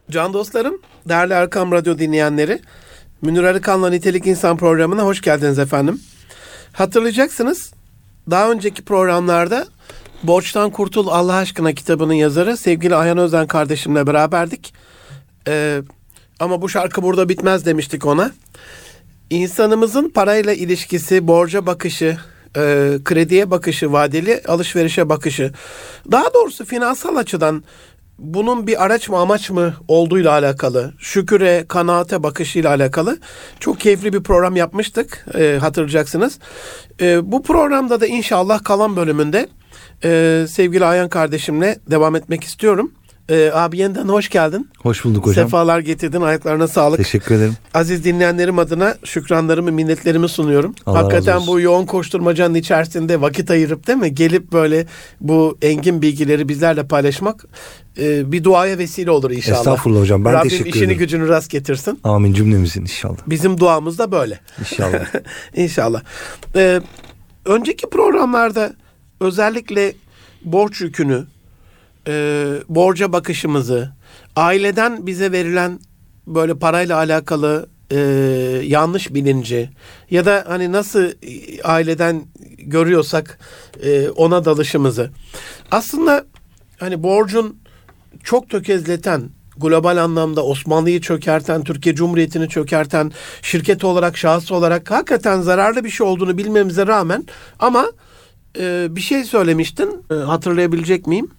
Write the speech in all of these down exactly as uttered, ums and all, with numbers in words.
Can dostlarım, değerli Erkam Radyo dinleyenleri, Münir Arıkan'la Nitelik İnsan programına hoş geldiniz efendim. Hatırlayacaksınız, daha önceki programlarda Borçtan Kurtul Allah Aşkına kitabının yazarı sevgili Ayhan Özden kardeşimle beraberdik. Ee, ama bu şarkı burada bitmez demiştik ona. İnsanımızın parayla ilişkisi, borca bakışı, e, krediye bakışı, vadeli alışverişe bakışı, daha doğrusu finansal açıdan bunun bir araç mı amaç mı olduğuyla alakalı, şüküre, kanaate bakışıyla alakalı çok keyifli bir program yapmıştık, e, hatırlayacaksınız. E, bu programda da inşallah kalan bölümünde e, sevgili Ayhan kardeşimle devam etmek istiyorum. E, abi yeniden hoş geldin. Hoş bulduk hocam. Sefalar getirdin, ayaklarına sağlık. Teşekkür ederim. Aziz dinleyenlerim adına şükranlarımı, minnetlerimi sunuyorum. Allah Hakikaten bu yoğun koşturmacanın içerisinde vakit ayırıp değil mi? Gelip böyle bu engin bilgileri bizlerle paylaşmak e, bir duaya vesile olur inşallah. Estağfurullah hocam. Ben Rabbim teşekkür ederim. işini gücünü rast getirsin. Amin cümlemizin inşallah. Bizim duamız da böyle. İnşallah. İnşallah. Ee, önceki programlarda özellikle borç yükünü, e, borca bakışımızı, aileden bize verilen böyle parayla alakalı e, yanlış bilinci ya da hani nasıl aileden görüyorsak e, ona dalışımızı. Aslında hani borcun çok tökezleten, global anlamda Osmanlı'yı çökerten, Türkiye Cumhuriyeti'ni çökerten, şirket olarak, şahıs olarak hakikaten zararlı bir şey olduğunu bilmemize rağmen ama e, bir şey söylemiştin, e, hatırlayabilecek miyim?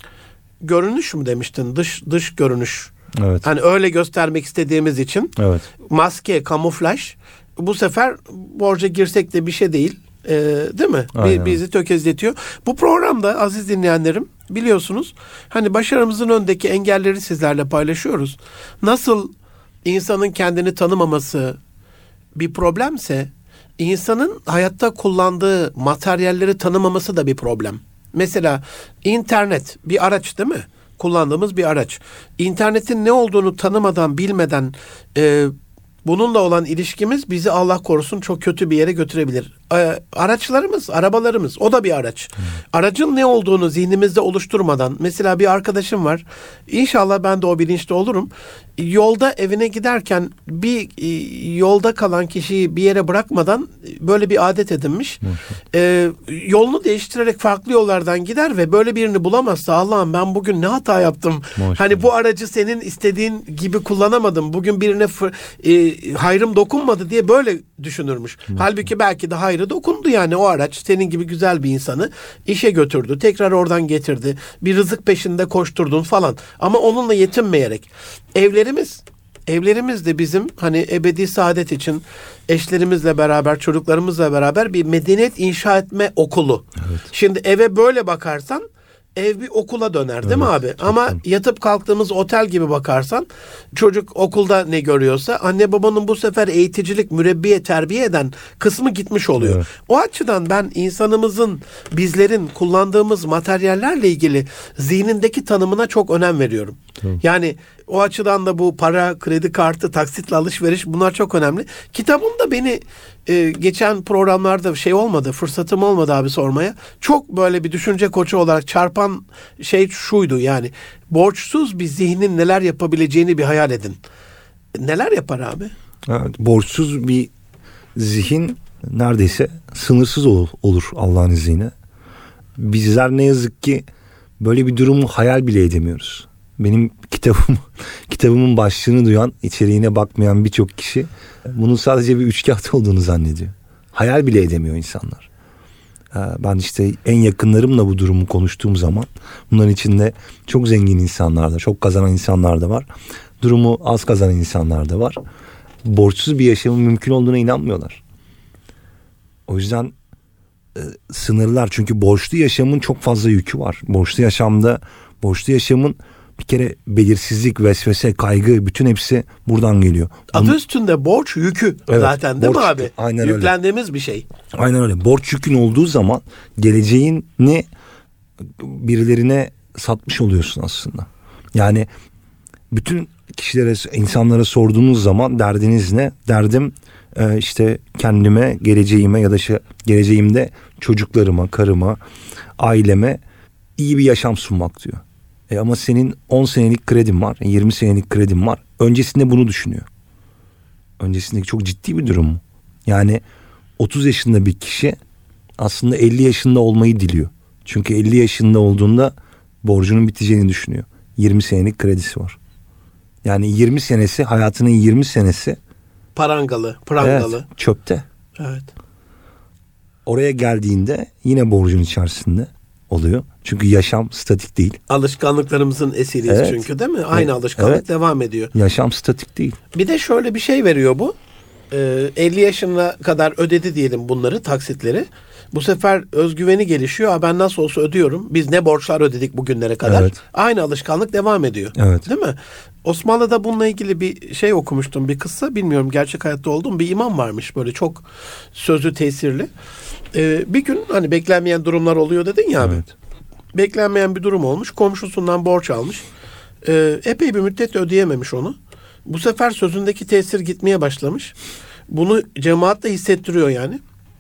Görünüş mü demiştin? Dış dış görünüş. Evet. Hani öyle göstermek istediğimiz için. Evet. Maske, kamuflaj. Bu sefer borca girsek de bir şey değil. Ee, değil mi? Aynen. Bizi tökezletiyor. Bu programda aziz dinleyenlerim biliyorsunuz hani başarımızın önündeki engelleri sizlerle paylaşıyoruz. Nasıl insanın kendini tanımaması bir problemse insanın hayatta kullandığı materyalleri tanımaması da bir problem. Mesela internet bir araç değil mi? Kullandığımız bir araç. İnternetin ne olduğunu tanımadan, bilmeden e, bununla olan ilişkimiz bizi Allah korusun çok kötü bir yere götürebilir. E, araçlarımız, arabalarımız o da bir araç. Hmm. Aracın ne olduğunu zihnimizde oluşturmadan, mesela bir arkadaşım var. İnşallah ben de o bilinçte olurum. Yolda evine giderken bir e, yolda kalan kişiyi bir yere bırakmadan böyle bir adet edinmiş. E, yolunu değiştirerek farklı yollardan gider ve böyle birini bulamazsa Allah'ım ben bugün ne hata yaptım. Maşallah. Hani bu aracı senin istediğin gibi kullanamadım. Bugün birine fır, e, hayrım dokunmadı diye böyle düşünürmüş. Maşallah. Halbuki belki de hayrı dokundu yani o araç senin gibi güzel bir insanı işe götürdü. Tekrar oradan getirdi. Bir rızık peşinde koşturdun falan. Ama onunla yetinmeyerek. Evlerimiz, evlerimiz de bizim hani ebedi saadet için eşlerimizle beraber, çocuklarımızla beraber bir medeniyet inşa etme okulu. Evet. Şimdi eve böyle bakarsan ev bir okula döner değil evet, mi abi? Ama doğru. Yatıp kalktığımız otel gibi bakarsan çocuk okulda ne görüyorsa anne babanın bu sefer eğiticilik, mürebbiye, terbiye eden kısmı gitmiş oluyor. Evet. O açıdan ben insanımızın, bizlerin kullandığımız materyallerle ilgili zihnindeki tanımına çok önem veriyorum. Evet. Yani o açıdan da bu para, kredi kartı, taksitle alışveriş bunlar çok önemli. Kitabımda beni e, geçen programlarda şey olmadı, fırsatım olmadı abi sormaya. Çok böyle bir düşünce koçu olarak çarpan şey şuydu yani. Borçsuz bir zihnin neler yapabileceğini bir hayal edin. Neler yapar abi? Evet, borçsuz bir zihin neredeyse sınırsız ol, olur Allah'ın izniyle. Bizler ne yazık ki böyle bir durumu hayal bile edemiyoruz. Benim kitabım, kitabımın başlığını duyan, içeriğine bakmayan birçok kişi bunun sadece bir üçkağıt olduğunu zannediyor. Hayal bile edemiyor insanlar. Ben işte en yakınlarımla bu durumu konuştuğum zaman bunların içinde çok zengin insanlar da, çok kazanan insanlar da var. Durumu az kazanan insanlar da var. Borçsuz bir yaşamın mümkün olduğuna inanmıyorlar. O yüzden e, sınırlar, çünkü borçlu yaşamın çok fazla yükü var. Borçlu yaşamda, borçlu yaşamın bir kere belirsizlik, vesvese, kaygı, bütün hepsi buradan geliyor. Adı Onun... üstünde borç yükü evet, zaten değil borç, mi abi? Aynen Yüklendiğimiz öyle. bir şey. Aynen öyle. Borç yükün olduğu zaman geleceğini birilerine satmış oluyorsun aslında. Yani bütün kişilere, insanlara sorduğunuz zaman derdiniz ne? Derdim e, işte kendime, geleceğime ya da şey, geleceğimde çocuklarıma, karıma, aileme iyi bir yaşam sunmak diyor. E ama senin on senelik kredin var, yirmi senelik kredin var. Öncesinde bunu düşünüyor. Öncesindeki çok ciddi bir durum mu? Yani otuz yaşında bir kişi aslında elli yaşında olmayı diliyor. Çünkü elli yaşında olduğunda borcunun biteceğini düşünüyor. yirmi senelik kredisi var. Yani yirmi senesi, hayatının yirmi senesi parangalı, prangalı. Evet, çöpte. Evet. Oraya geldiğinde yine borcun içerisinde oluyor. Çünkü yaşam statik değil. Alışkanlıklarımızın esiriyiz evet. çünkü değil mi? Aynı evet. alışkanlık evet. devam ediyor. Yaşam statik değil. Bir de şöyle bir şey veriyor bu. Ee, elli yaşına kadar ödedi diyelim bunları, taksitleri. Bu sefer özgüveni gelişiyor. Ben nasıl olsa ödüyorum. Biz ne borçlar ödedik bugünlere kadar. Evet. Aynı alışkanlık devam ediyor. Evet. Değil mi? Osmanlı'da bununla ilgili bir şey okumuştum. Bir kıssa, bilmiyorum gerçek hayatta oldu mu? Bir imam varmış böyle çok sözü tesirli. Ee, bir gün hani beklenmeyen durumlar oluyor dedin ya abi. Evet. Beklenmeyen bir durum olmuş. Komşusundan borç almış. Ee, epey bir müddet ödeyememiş onu. Bu sefer sözündeki tesir gitmeye başlamış. Bunu cemaat de hissettiriyor yani.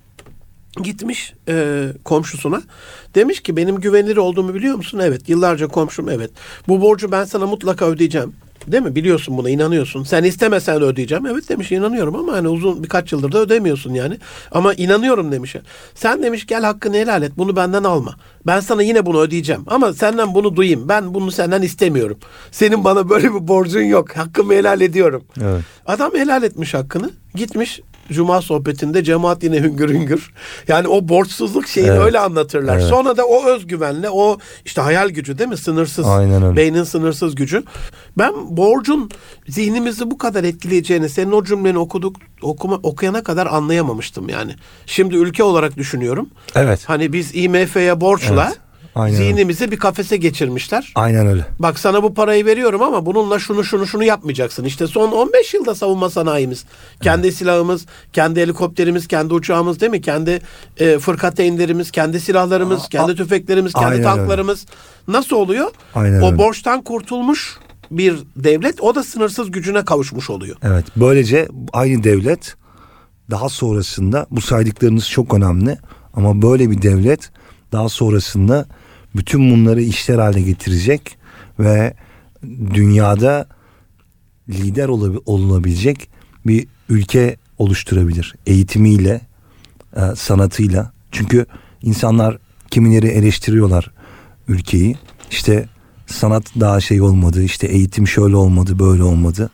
Gitmiş e, komşusuna. Demiş ki benim güvenilir olduğumu biliyor musun? Evet. Yıllarca komşum, evet. Bu borcu ben sana mutlaka ödeyeceğim. Değil mi? Biliyorsun buna, inanıyorsun. Sen istemesen de ödeyeceğim. Evet demiş, inanıyorum ama hani uzun birkaç yıldır da ödemiyorsun yani. Ama inanıyorum demiş. Sen demiş gel hakkını helal et. Bunu benden alma. Ben sana yine bunu ödeyeceğim. Ama senden bunu duyayım. Ben bunu senden istemiyorum. Senin bana böyle bir borcun yok. Hakkımı helal ediyorum. Evet. Adam helal etmiş hakkını. Gitmiş Cuma sohbetinde cemaat yine hüngür hüngür. Yani o borçsuzluk şeyini evet. öyle anlatırlar. Evet. Sonra da o özgüvenle, o işte hayal gücü değil mi? Sınırsız. Aynen öyle. Beynin sınırsız gücü. Ben borcun zihnimizi bu kadar etkileyeceğini senin o cümleni okuduk, okuma, okuyana kadar anlayamamıştım yani. Şimdi ülke olarak düşünüyorum. Evet. Hani biz I M F'ye borçla evet. Aynen zihnimizi öyle. Bir kafese geçirmişler. Aynen öyle. Bak sana bu parayı veriyorum ama bununla şunu şunu şunu yapmayacaksın. İşte son on beş yılda savunma sanayimiz, kendi evet. silahımız, kendi helikopterimiz, kendi uçağımız değil mi? Kendi e, fırkateynlerimiz, kendi silahlarımız, Aa, kendi tüfeklerimiz, kendi Aynen tanklarımız. Öyle. Nasıl oluyor? Aynen o öyle. borçtan kurtulmuş bir devlet, o da sınırsız gücüne kavuşmuş oluyor. Evet. Böylece aynı devlet daha sonrasında, bu saydıklarınız çok önemli ama böyle bir devlet daha sonrasında bütün bunları işler haline getirecek ve dünyada lider olunabilecek bir ülke oluşturabilir. Eğitimiyle, sanatıyla. Çünkü insanlar kimileri eleştiriyorlar ülkeyi. İşte sanat daha şey olmadı, işte eğitim şöyle olmadı, böyle olmadı.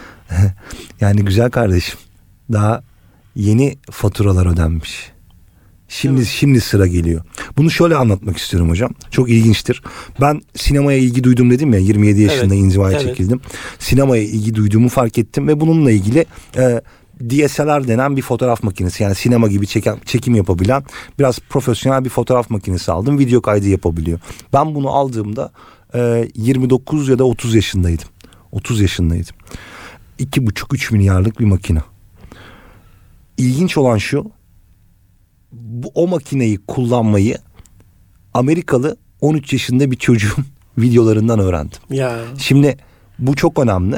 Yani güzel kardeşim, daha yeni faturalar ödenmiş. Şimdi evet. şimdi sıra geliyor. Bunu şöyle anlatmak istiyorum hocam. Çok ilginçtir. Ben sinemaya ilgi duydum dedim ya, yirmi yedi yaşında evet. inzivaya evet. çekildim. Sinemaya ilgi duyduğumu fark ettim ve bununla ilgili e, D S L R denen bir fotoğraf makinesi, yani sinema gibi çekim, çekim yapabilen biraz profesyonel bir fotoğraf makinesi aldım. Video kaydı yapabiliyor. Ben bunu aldığımda e, yirmi dokuz ya da otuz yaşındaydım. otuz yaşındaydım. iki buçuk üç milyarlık bir makine. İlginç olan şu: bu o makineyi kullanmayı Amerikalı on üç yaşında bir çocuğun videolarından öğrendim. Ya. Şimdi bu çok önemli.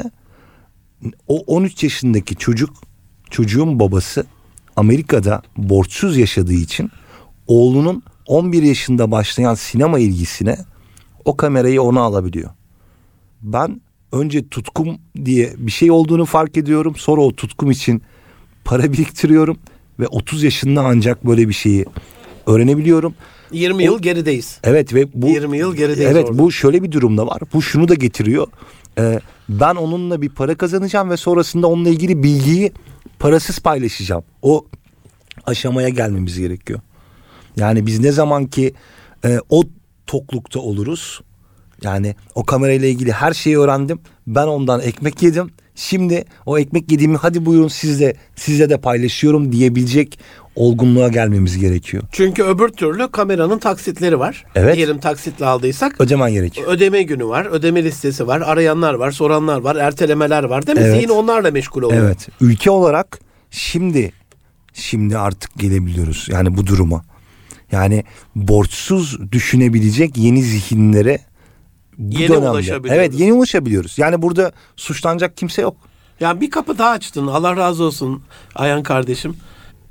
O on üç yaşındaki çocuk, çocuğun babası Amerika'da borçsuz yaşadığı için oğlunun on bir yaşında başlayan sinema ilgisine o kamerayı ona alabiliyor. Ben önce tutkum diye bir şey olduğunu fark ediyorum. Sonra o tutkum için para biriktiriyorum ve otuz yaşında ancak böyle bir şeyi öğrenebiliyorum. yirmi o, yıl gerideyiz. Evet ve bu yirmi yıl gerideyiz. Evet orada. Bu şöyle bir durumda var. Bu şunu da getiriyor. Ee, ben onunla bir para kazanacağım ve sonrasında onunla ilgili bilgiyi parasız paylaşacağım. O aşamaya gelmemiz gerekiyor. Yani biz ne zaman ki e, o toklukta oluruz. Yani o kamerayla ilgili her şeyi öğrendim. Ben ondan ekmek yedim. Şimdi o ekmek yediğimi hadi buyurun sizle sizle de paylaşıyorum diyebilecek olgunluğa gelmemiz gerekiyor. Çünkü öbür türlü kameranın taksitleri var. Evet. Diyelim taksitle aldıysak ödemen gerekiyor. Ödeme günü var, ödeme listesi var, arayanlar var, soranlar var, ertelemeler var değil mi? Evet. Zihin onlarla meşgul oluyor. Evet. Ülke olarak şimdi şimdi artık gelebiliyoruz yani bu duruma. Yani borçsuz düşünebilecek yeni zihinlere bu yeni dönemde, ulaşabiliyoruz. Evet, yeni ulaşabiliyoruz. Yani burada suçlanacak kimse yok. Yani bir kapı daha açtın. Allah razı olsun Ayhan kardeşim.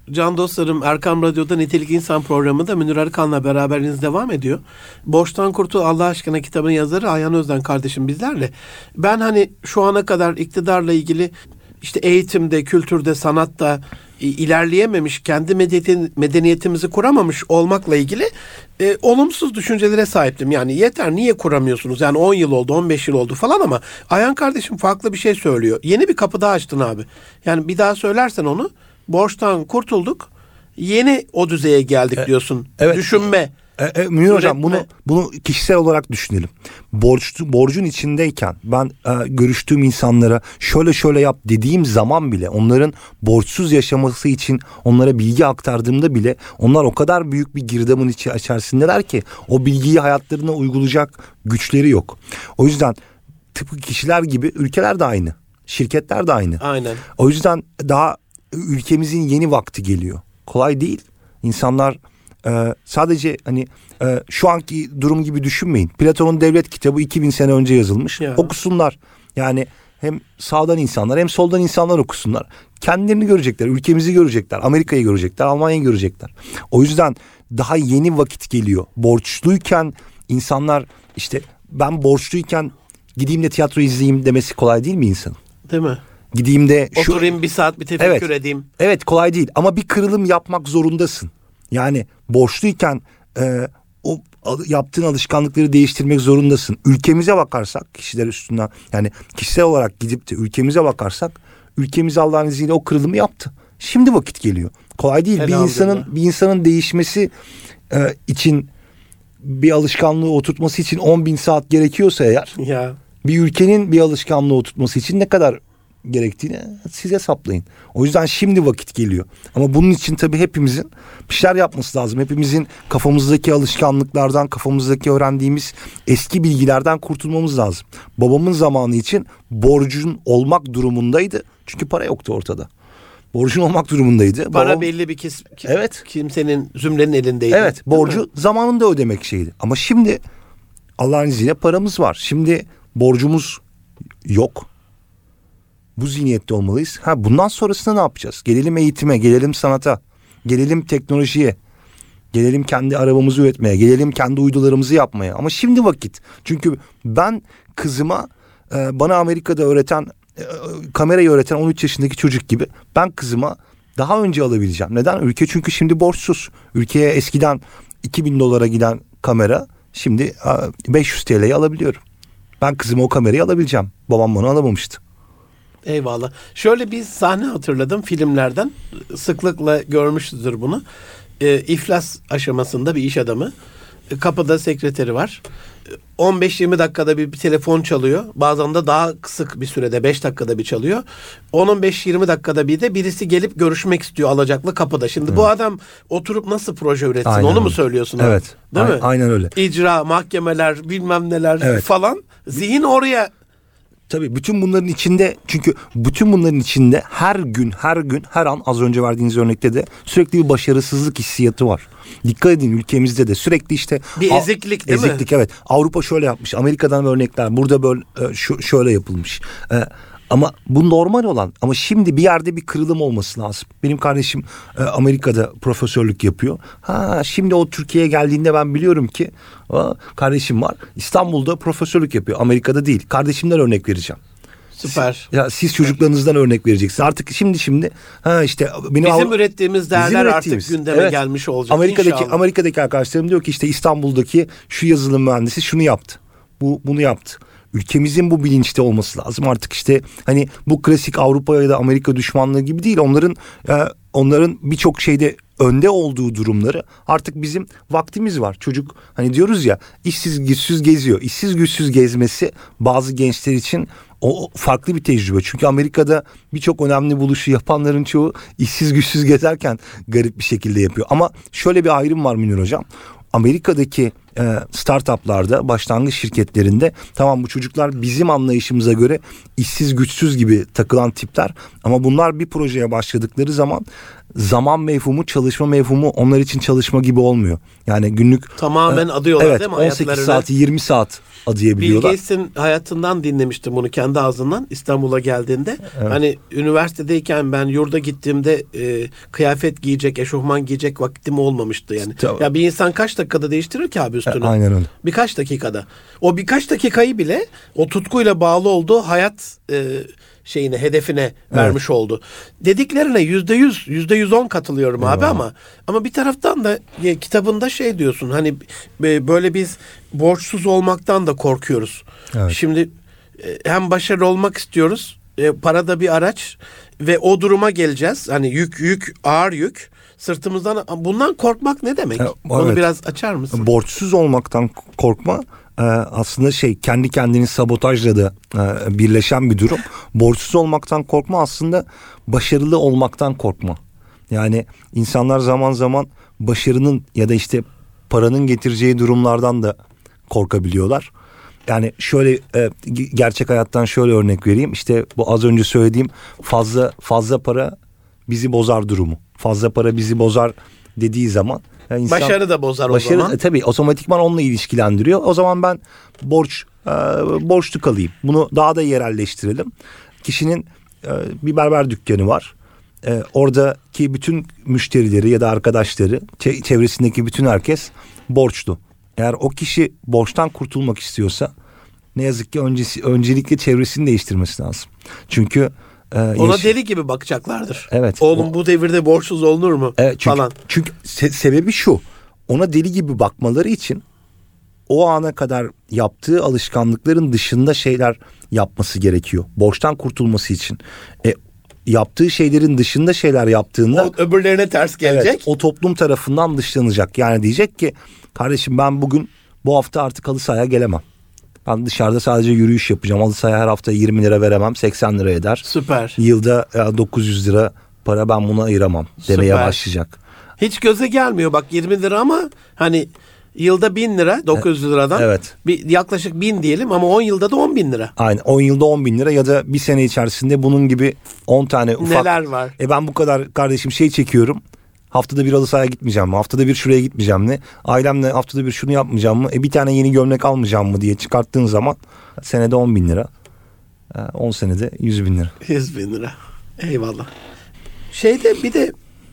Can dostlarım, Erkam Radyo'da Nitelik İnsan programında Münir Arıkan'la beraberiniz devam ediyor. Borçtan Kurtul Allah aşkına kitabının yazarı Ayhan Özden kardeşim bizlerle. Ben hani şu ana kadar iktidarla ilgili işte eğitimde, kültürde, sanatta ilerleyememiş, kendi medeniyetimizi kuramamış olmakla ilgili e, olumsuz düşüncelere sahiptim. Yani yeter, niye kuramıyorsunuz? Yani on yıl oldu, on beş yıl oldu falan, ama Ayhan kardeşim farklı bir şey söylüyor. Yeni bir kapı daha açtın abi. Yani bir daha söylersen onu, borçtan kurtulduk, yeni o düzeye geldik diyorsun. Evet. Düşünme. E, e, Münir Hocam, bunu bunu kişisel olarak düşünelim. Borç, borcun içindeyken ben e, görüştüğüm insanlara şöyle şöyle yap dediğim zaman bile, onların borçsuz yaşaması için onlara bilgi aktardığımda bile, onlar o kadar büyük bir girdabın içi içerisindeler ki o bilgiyi hayatlarına uygulayacak güçleri yok. O yüzden tıpkı kişiler gibi ülkeler de aynı, şirketler de aynı. Aynen. O yüzden daha ülkemizin yeni vakti geliyor. Kolay değil. İnsanlar Ee, sadece hani e, şu anki durum gibi düşünmeyin. Platon'un Devlet kitabı iki bin sene önce yazılmış. Ya. Okusunlar. Yani hem sağdan insanlar hem soldan insanlar okusunlar. Kendilerini görecekler, ülkemizi görecekler, Amerika'yı görecekler, Almanya'yı görecekler. O yüzden daha yeni vakit geliyor. Borçluyken insanlar, işte ben borçluyken gideyim de tiyatro izleyeyim demesi kolay değil mi insanın? Değil mi? Gideyim de şu... oturayım bir saat bir tefekkür evet, edeyim. Evet, kolay değil ama bir kırılım yapmak zorundasın. Yani borçluyken e, o yaptığın alışkanlıkları değiştirmek zorundasın. Ülkemize bakarsak, kişiler üstünden, yani kişisel olarak gidip de ülkemize bakarsak, ülkemiz Allah'ın izniyle o kırılımı yaptı. Şimdi vakit geliyor. Kolay değil. Bir insanın bir insanın değişmesi e, için, bir alışkanlığı oturtması için on bin saat gerekiyorsa eğer, ya. bir ülkenin bir alışkanlığı oturtması için ne kadar gerektiğini siz hesaplayın. O yüzden şimdi vakit geliyor. Ama bunun için tabii hepimizin bir şeyler yapması lazım. Hepimizin kafamızdaki alışkanlıklardan, kafamızdaki öğrendiğimiz eski bilgilerden kurtulmamız lazım. Babamın zamanı için borcun olmak durumundaydı. Çünkü para yoktu ortada. Borcun olmak durumundaydı. Para Babam, belli bir kes, kes, evet. kimsenin, zümrenin elindeydi. Evet, borcu zamanında ödemek şeydi. Ama şimdi Allah'ın izniyle paramız var. Şimdi borcumuz yok. Bu zihniyette olmalıyız. Ha, bundan sonrasında ne yapacağız? Gelelim eğitime, gelelim sanata, gelelim teknolojiye, gelelim kendi arabamızı üretmeye, gelelim kendi uydularımızı yapmaya. Ama şimdi vakit. Çünkü ben kızıma, e, bana Amerika'da öğreten, e, kamerayı öğreten on üç yaşındaki çocuk gibi, ben kızıma daha önce alabileceğim. Neden? Ülke çünkü şimdi borçsuz. Ülkeye eskiden iki bin dolara giden kamera şimdi beş yüz T L'ye alabiliyorum. Ben kızıma o kamerayı alabileceğim. Babam bana alamamıştı. Eyvallah. Şöyle bir sahne hatırladım filmlerden. Sıklıkla görmüşsüzdür bunu. E, iflas aşamasında bir iş adamı. E, kapıda sekreteri var. on beş yirmi dakikada bir, bir telefon çalıyor. Bazen de daha sık bir sürede beş dakikada bir çalıyor. on on beş yirmi dakikada bir de birisi gelip görüşmek istiyor alacaklı kapıda. Şimdi evet. Bu adam oturup nasıl proje üretsin? Aynen onu öyle. Mu söylüyorsun? Evet. Abi? Değil A- mi? Aynen öyle. İcra, mahkemeler, bilmem neler evet. falan. Zihin oraya. Tabii bütün bunların içinde, çünkü bütün bunların içinde her gün, her gün, her an, az önce verdiğiniz örnekte de sürekli bir başarısızlık hissiyatı var. Dikkat edin, ülkemizde de sürekli işte bir eziklik değil eziklik, mi? Eziklik, evet. Avrupa şöyle yapmış, Amerika'dan örnekler, burada böyle şu, şöyle yapılmış. Ee, ama bu normal olan, ama şimdi bir yerde bir kırılım olması lazım. Benim kardeşim e, Amerika'da profesörlük yapıyor. Ha, şimdi o Türkiye'ye geldiğinde ben biliyorum ki ha, kardeşim var İstanbul'da profesörlük yapıyor. Amerika'da değil. Kardeşimden örnek vereceğim. Süper. Ya siz çocuklarınızdan örnek vereceksiniz. Artık şimdi şimdi ha işte benim bizim Avru- ürettiğimiz değerler bizim ürettiğimiz, artık gündeme evet, gelmiş olacak. Amerika'daki inşallah. Amerika'daki arkadaşlarım diyor ki işte İstanbul'daki şu yazılım mühendisi şunu yaptı. Bu bunu yaptı. Ülkemizin bu bilinçte olması lazım. Artık işte hani bu klasik Avrupa ya da Amerika düşmanlığı gibi değil. Onların e, onların birçok şeyde önde olduğu durumları, artık bizim vaktimiz var. Çocuk hani diyoruz ya, işsiz güçsüz geziyor. İşsiz güçsüz gezmesi bazı gençler için o farklı bir tecrübe. Çünkü Amerika'da birçok önemli buluşu yapanların çoğu işsiz güçsüz gezerken garip bir şekilde yapıyor. Ama şöyle bir ayrım var Münir Hocam. Amerika'daki e, startuplarda, başlangıç şirketlerinde tamam bu çocuklar bizim anlayışımıza göre işsiz güçsüz gibi takılan tipler ama bunlar bir projeye başladıkları zaman zaman mefhumu, çalışma mefhumu onlar için çalışma gibi olmuyor. Yani günlük tamamen adıyorlar evet, değil mi? on sekiz saati yirmi saat adayabiliyorlar. Bill Gates'in hayatından dinlemiştim bunu kendi ağzından İstanbul'a geldiğinde. Evet. Hani üniversitedeyken ben yurda gittiğimde e, kıyafet giyecek, eşofman giyecek vaktim olmamıştı yani. Tabii. Ya bir insan kaç dakikada değiştirir ki abi üstünü? E, aynen öyle. Birkaç dakikada. O birkaç dakikayı bile o tutkuyla bağlı olduğu hayat e, şeyine, hedefine evet. vermiş oldu. Dediklerine yüzde yüz, yüzde yüz on katılıyorum Eyvallah. Abi ama ama bir taraftan da ya, kitabında şey diyorsun hani e, böyle biz borçsuz olmaktan da korkuyoruz. Evet. Şimdi e, hem başarılı olmak istiyoruz, e, para da bir araç ve o duruma geleceğiz. Hani yük yük ağır yük. Sırtımızdan bundan korkmak ne demek? Evet. Onu biraz açar mısın? Borçsuz olmaktan korkma aslında şey kendi kendini sabotajla da birleşen bir durum. Borçsuz olmaktan korkma aslında başarılı olmaktan korkma. Yani insanlar zaman zaman başarının ya da işte paranın getireceği durumlardan da korkabiliyorlar. Yani şöyle gerçek hayattan şöyle örnek vereyim. İşte bu az önce söylediğim fazla fazla para bizi bozar durumu. Fazla para bizi bozar dediği zaman yani insan, başarı da bozar başarı, o zaman. E, tabii otomatikman onunla ilişkilendiriyor. O zaman ben borç e, borçlu kalayım. Bunu daha da yerelleştirelim. Kişinin e, bir berber dükkanı var. E, oradaki bütün müşterileri ya da arkadaşları, çevresindeki bütün herkes borçlu. Eğer o kişi borçtan kurtulmak istiyorsa ne yazık ki öncesi, öncelikle çevresini değiştirmesi lazım. Çünkü ona yaş- deli gibi bakacaklardır. Evet. Oğlum o, bu devirde borçsuz olunur mu? Evet, çünkü, falan. Çünkü se- sebebi şu. Ona deli gibi bakmaları için o ana kadar yaptığı alışkanlıkların dışında şeyler yapması gerekiyor. Borçtan kurtulması için. E, yaptığı şeylerin dışında şeyler yaptığında o öbürlerine ters gelecek. Evet, o toplum tarafından dışlanacak. Yani diyecek ki kardeşim ben bugün bu hafta artık halı sahaya gelemem. Ben dışarıda sadece yürüyüş yapacağım. Halı sahaya her hafta yirmi lira veremem. seksen lira eder. Süper. Yılda dokuz yüz lira para ben buna ayıramam demeye Süper. başlayacak. Hiç göze gelmiyor bak yirmi lira ama hani yılda bin lira dokuz yüz liradan evet. bir, yaklaşık bin diyelim ama on yılda da on bin lira. Aynen on yılda on bin lira ya da bir sene içerisinde bunun gibi on tane ufak. Neler var? E ben bu kadar kardeşim şey çekiyorum. Haftada bir halı sahaya gitmeyeceğim mi? Haftada bir şuraya gitmeyeceğim mi? Ailemle haftada bir şunu yapmayacağım mı? E bir tane yeni gömlek almayacağım mı diye çıkarttığın zaman senede on bin lira. on senede yüz bin lira. yüz bin lira. Eyvallah. Şeyde bir de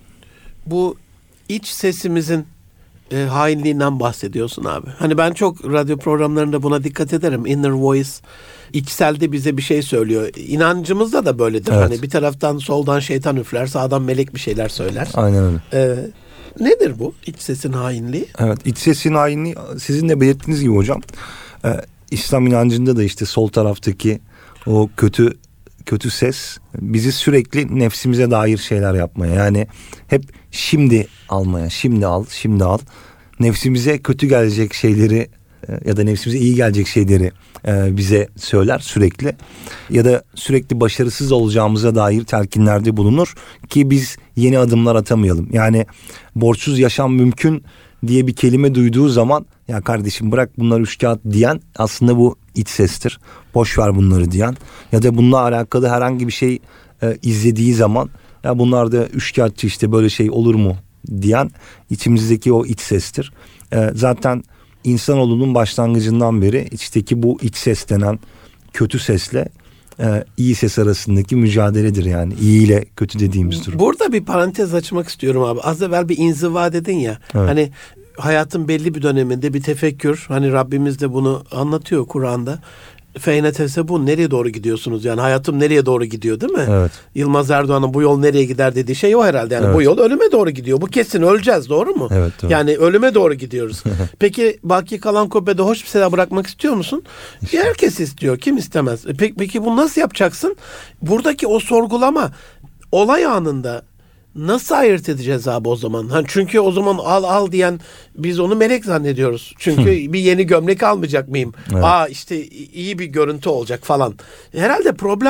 bu iç sesimizin e, hainliğinden bahsediyorsun abi. Hani ben çok radyo programlarında buna dikkat ederim. Inner voice içselde bize bir şey söylüyor. İnancımızda da böyledir. Evet. Hani bir taraftan soldan şeytan üfler, sağdan melek bir şeyler söyler. Aynen öyle. Ee, nedir bu iç sesin hainliği? Evet, iç sesin hainliği sizin de belirttiğiniz gibi hocam. Ee, İslam inancında da işte sol taraftaki o kötü kötü ses bizi sürekli nefsimize dair şeyler yapmaya, yani hep şimdi almaya, şimdi al, şimdi al. Nefsimize kötü gelecek şeyleri ya da nefsimize iyi gelecek şeyleri e, bize söyler sürekli. Ya da sürekli başarısız olacağımıza dair telkinlerde bulunur ki biz yeni adımlar atamayalım. Yani borçsuz yaşam mümkün diye bir kelime duyduğu zaman ya kardeşim bırak bunları üç kağıt diyen aslında bu iç sestir. Boş ver bunları diyen ya da bununla alakalı herhangi bir şey e, izlediği zaman ya bunlar da üç kağıtçı işte böyle şey olur mu diyen içimizdeki o iç sestir. E, zaten İnsanoğlunun başlangıcından beri içteki bu iç ses denen kötü sesle e, iyi ses arasındaki mücadeledir yani. İyi ile kötü dediğimiz durum. Burada bir parantez açmak istiyorum abi. Az evvel bir inziva dedin ya. Evet. Hani hayatın belli bir döneminde bir tefekkür. Hani Rabbimiz de bunu anlatıyor Kur'an'da. Feyne bu nereye doğru gidiyorsunuz? Yani hayatım nereye doğru gidiyor değil mi? Evet. Yılmaz Erdoğan'ın bu yol nereye gider dediği şey o herhalde. Yani evet. Bu yol ölüme doğru gidiyor. Bu kesin öleceğiz, doğru mu? Evet, doğru. Yani ölüme doğru gidiyoruz. Peki baki kalan kubbede hoş bir şeyler bırakmak istiyor musun? İşte. Herkes istiyor. Kim istemez? Peki, peki bunu nasıl yapacaksın? Buradaki o sorgulama olay anında nasıl ayırt edeceğiz abi o zaman? Hani çünkü o zaman al al diyen biz onu melek zannediyoruz. Çünkü bir yeni gömlek almayacak mıyım? Evet. Aa işte iyi bir görüntü olacak falan. Herhalde problem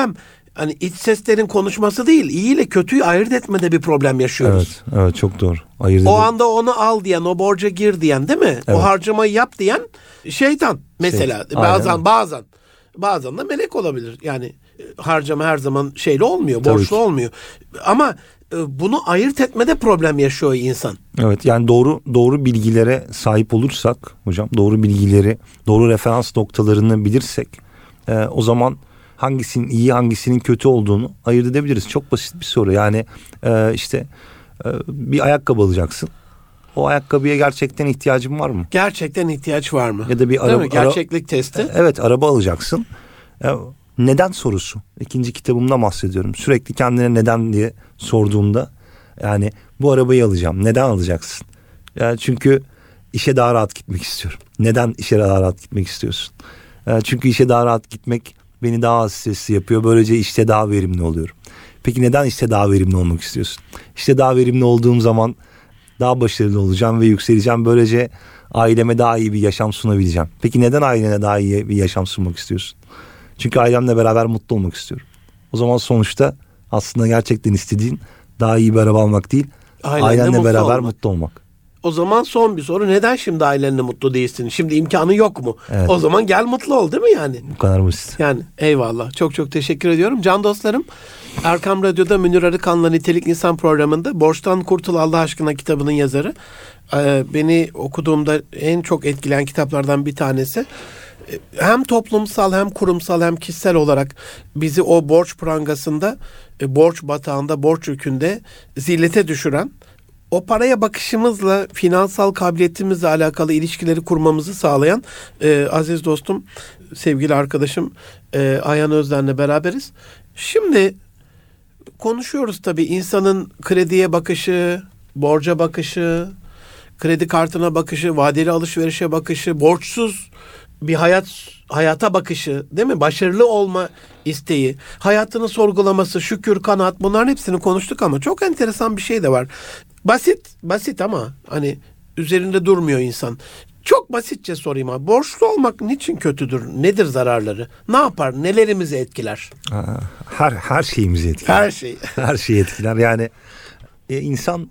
hani iç seslerin konuşması değil, iyi ile kötüyü ayırt etmede bir problem yaşıyoruz. Evet, evet çok doğru. Ayırt o edelim. anda onu al diyen, o borca gir diyen, değil mi? Evet. O harcamayı yap diyen şeytan mesela. Şey, bazen aynen. bazen bazen de melek olabilir. Yani harcama her zaman şeyli olmuyor, Tabii borçlu ki. olmuyor. Ama e, bunu ayırt etmede problem yaşıyor insan. Evet, yani doğru doğru bilgilere sahip olursak hocam, doğru bilgileri, doğru referans noktalarını bilirsek e, o zaman hangisinin iyi, hangisinin kötü olduğunu ayırt edebiliriz. Çok basit bir soru. Yani e, işte e, bir ayakkabı alacaksın. O ayakkabıya gerçekten ihtiyacın var mı? Gerçekten ihtiyaç var mı? Ya da bir Değil araba, mi? Gerçeklik testi. Evet, araba alacaksın. E, neden sorusu. İkinci kitabımda bahsediyorum. Sürekli kendine neden diye sorduğumda, yani bu arabayı alacağım. Neden alacaksın? Yani çünkü işe daha rahat gitmek istiyorum. Neden işe daha rahat gitmek istiyorsun? Yani çünkü işe daha rahat gitmek beni daha az stresli yapıyor. Böylece işte daha verimli oluyorum. Peki neden işte daha verimli olmak istiyorsun? İşte daha verimli olduğum zaman daha başarılı olacağım ve yükseleceğim. Böylece aileme daha iyi bir yaşam sunabileceğim. Peki neden ailene daha iyi bir yaşam sunmak istiyorsun? Çünkü ailemle beraber mutlu olmak istiyorum. O zaman sonuçta aslında gerçekten istediğin daha iyi bir araba almak değil, Ailenle ailenle mutlu beraber olmak. mutlu olmak. O zaman son bir soru. Neden şimdi ailenle mutlu değilsin? Şimdi imkanı yok mu? Evet. O zaman gel mutlu ol, değil mi yani? Bu kadar basit. Yani eyvallah. Çok çok teşekkür ediyorum. Can dostlarım, Erkam Radyo'da Münir Arıkan'la Nitelik İnsan programında Borçtan Kurtul Allah Aşkına kitabının yazarı. Ee, beni okuduğumda en çok etkileyen kitaplardan bir tanesi. Hem toplumsal hem kurumsal hem kişisel olarak bizi o borç prangasında, e, borç batağında, borç yükünde zillete düşüren, o paraya bakışımızla, finansal kabiliyetimizle alakalı ilişkileri kurmamızı sağlayan e, aziz dostum, sevgili arkadaşım e, Ayhan Özden'le beraberiz. Şimdi konuşuyoruz tabii insanın krediye bakışı, borca bakışı, kredi kartına bakışı, vadeli alışverişe bakışı, borçsuz bir hayat hayata bakışı, değil mi? Başarılı olma isteği, hayatını sorgulaması, şükür, kanaat, bunların hepsini konuştuk ama çok enteresan bir şey de var. Basit, basit ama hani üzerinde durmuyor insan. Çok basitçe sorayım abi. Borçlu olmak niçin kötüdür? Nedir zararları? Ne yapar? Nelerimizi etkiler? Her her şeyimizi etkiler. Her şey. Her şeyi etkiler. Yani e, insan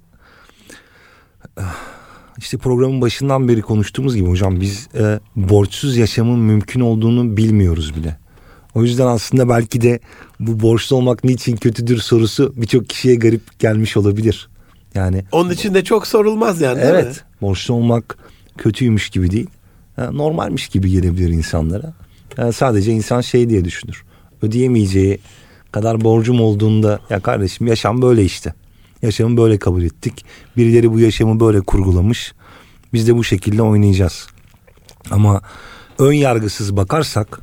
işte programın başından beri konuştuğumuz gibi hocam, biz e, borçsuz yaşamın mümkün olduğunu bilmiyoruz bile. O yüzden aslında belki de bu borçlu olmak niçin kötüdür sorusu birçok kişiye garip gelmiş olabilir. Yani onun için de çok sorulmaz yani, değil evet, mi? borçlu olmak kötüymüş gibi değil. Yani normalmiş gibi gelebilir insanlara. Yani sadece insan şey diye düşünür. Ödeyemeyeceği kadar borcum olduğunda, ya kardeşim yaşam böyle işte. Yaşamı böyle kabul ettik. Birileri bu yaşamı böyle kurgulamış. Biz de bu şekilde oynayacağız. Ama ön yargısız bakarsak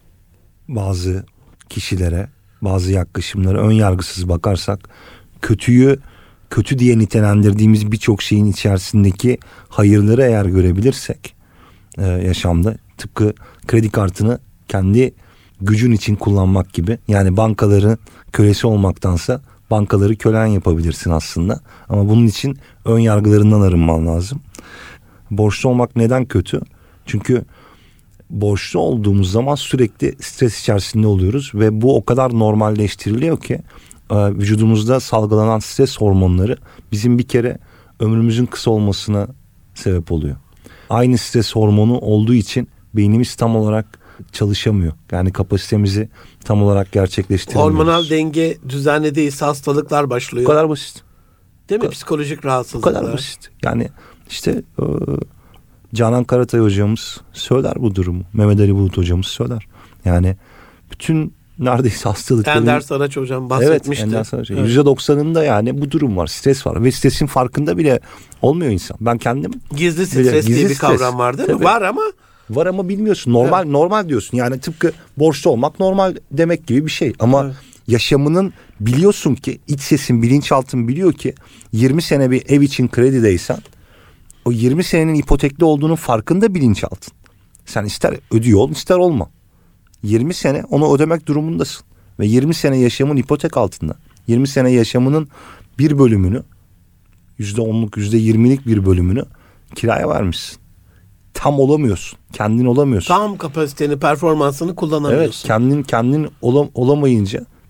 bazı kişilere, bazı yaklaşımlara ön yargısız bakarsak, kötüyü kötü diye nitelendirdiğimiz birçok şeyin içerisindeki hayırları eğer görebilirsek e, yaşamda, tıpkı kredi kartını kendi gücün için kullanmak gibi, yani bankaların kölesi olmaktansa bankaları kölen yapabilirsin aslında. Ama bunun için ön yargılarından arınman lazım. Borçlu olmak neden kötü? Çünkü borçlu olduğumuz zaman sürekli stres içerisinde oluyoruz ve bu o kadar normalleştiriliyor ki vücudumuzda salgılanan stres hormonları bizim bir kere ömrümüzün kısa olmasına sebep oluyor. Aynı stres hormonu olduğu için beynimiz tam olarak çalışamıyor. Yani kapasitemizi tam olarak gerçekleştiremiyoruz. Hormonal denge düzenli değilse hastalıklar başlıyor. Bu kadar basit. Değil mi? Bu Psikolojik Bu rahatsızlıklar. kadar basit. Yani işte e, Canan Karatay hocamız söyler bu durumu. Mehmet Ali Bulut hocamız söyler. Yani bütün neredeyse hastalıkların... Ender Saraç hocam bahsetmişti. Evet, Ender Saraç. Evet. yüzde doksanında yani bu durum var. Stres var. Ve stresin farkında bile olmuyor insan. Ben kendim... Gizli stres bile, diye gizli bir stres. kavram var değil mi? Tabii. Var ama... Var ama bilmiyorsun. Normal evet. normal diyorsun. Yani tıpkı borçlu olmak normal demek gibi bir şey. Ama evet. yaşamının biliyorsun ki, iç sesin, bilinçaltın biliyor ki yirmi sene bir ev için kredideysen o yirmi senenin ipotekli olduğunun farkında bilinçaltın. Sen ister ödüyor ol, ister olma. yirmi sene onu ödemek durumundasın. Ve yirmi sene yaşamın ipotek altında. yirmi sene yaşamının bir bölümünü, yüzde onluk, yüzde yirmilik bir bölümünü kiraya vermişsin. Tam olamıyorsun. Kendin olamıyorsun. Tam kapasiteni, performansını kullanamıyorsun. Evet, kendin kendin olam, olamayınca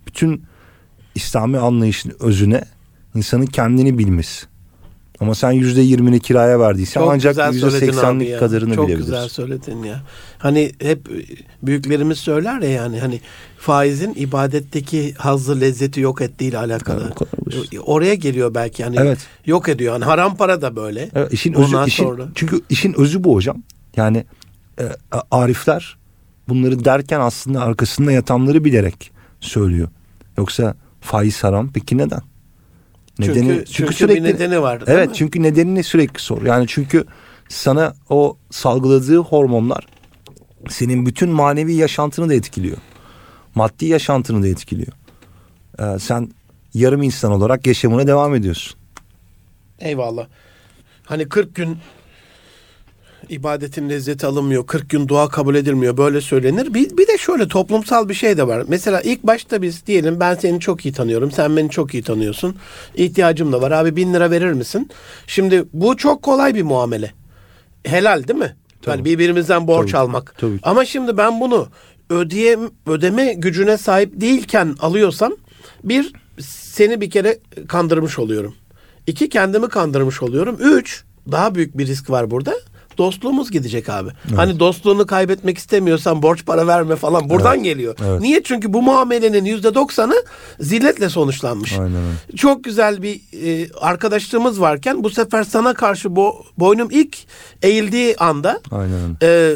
bütün İslami anlayışın özüne insanın kendini bilmesi. Ama sen yüzde yirmini kiraya verdiysen Çok ancak yüzde seksenlik kadarını Çok bilebilirsin. güzel söyledin ya. Hani hep büyüklerimiz söyler ya, yani hani faizin ibadetteki hazzı, lezzeti yok ettiğiyle alakalı. Evet, oraya geliyor belki, yani evet. Yok ediyor. Yani haram para da böyle. Evet, işin özü, işin, sonra... Çünkü işin özü bu hocam. Yani e, arifler bunları derken aslında arkasında yatanları bilerek söylüyor. Yoksa faiz haram, peki neden? Nedeni, çünkü, çünkü, çünkü sürekli, bir nedeni var. Evet, mi? Çünkü nedenini sürekli sor. Yani çünkü sana o salgıladığı hormonlar senin bütün manevi yaşantını da etkiliyor. Maddi yaşantını da etkiliyor. Ee, sen yarım insan olarak yaşamına devam ediyorsun. Eyvallah. Hani kırk gün ibadetin lezzeti alınmıyor, kırk gün dua kabul edilmiyor, böyle söylenir. Bir, bir de şöyle toplumsal bir şey de var. Mesela ilk başta biz diyelim, ben seni çok iyi tanıyorum, sen beni çok iyi tanıyorsun. İhtiyacım da var, abi bin lira verir misin? Şimdi bu çok kolay bir muamele. Helal değil mi? Tabii. Yani birbirimizden borç tabii, almak. Tabii. Ama şimdi ben bunu ödeye, ödeme gücüne sahip değilken alıyorsam, bir, seni bir kere kandırmış oluyorum. İki, kendimi kandırmış oluyorum. Üç, daha büyük bir risk var burada. Dostluğumuz gidecek abi. Evet. Hani dostluğunu kaybetmek istemiyorsan borç para verme falan buradan evet. geliyor. Evet. Niye? Çünkü bu muamelenin yüzde doksanı zilletle sonuçlanmış. Aynen. Çok güzel bir e, arkadaşlığımız varken bu sefer sana karşı bo, boynum ilk eğildiği anda Aynen. E,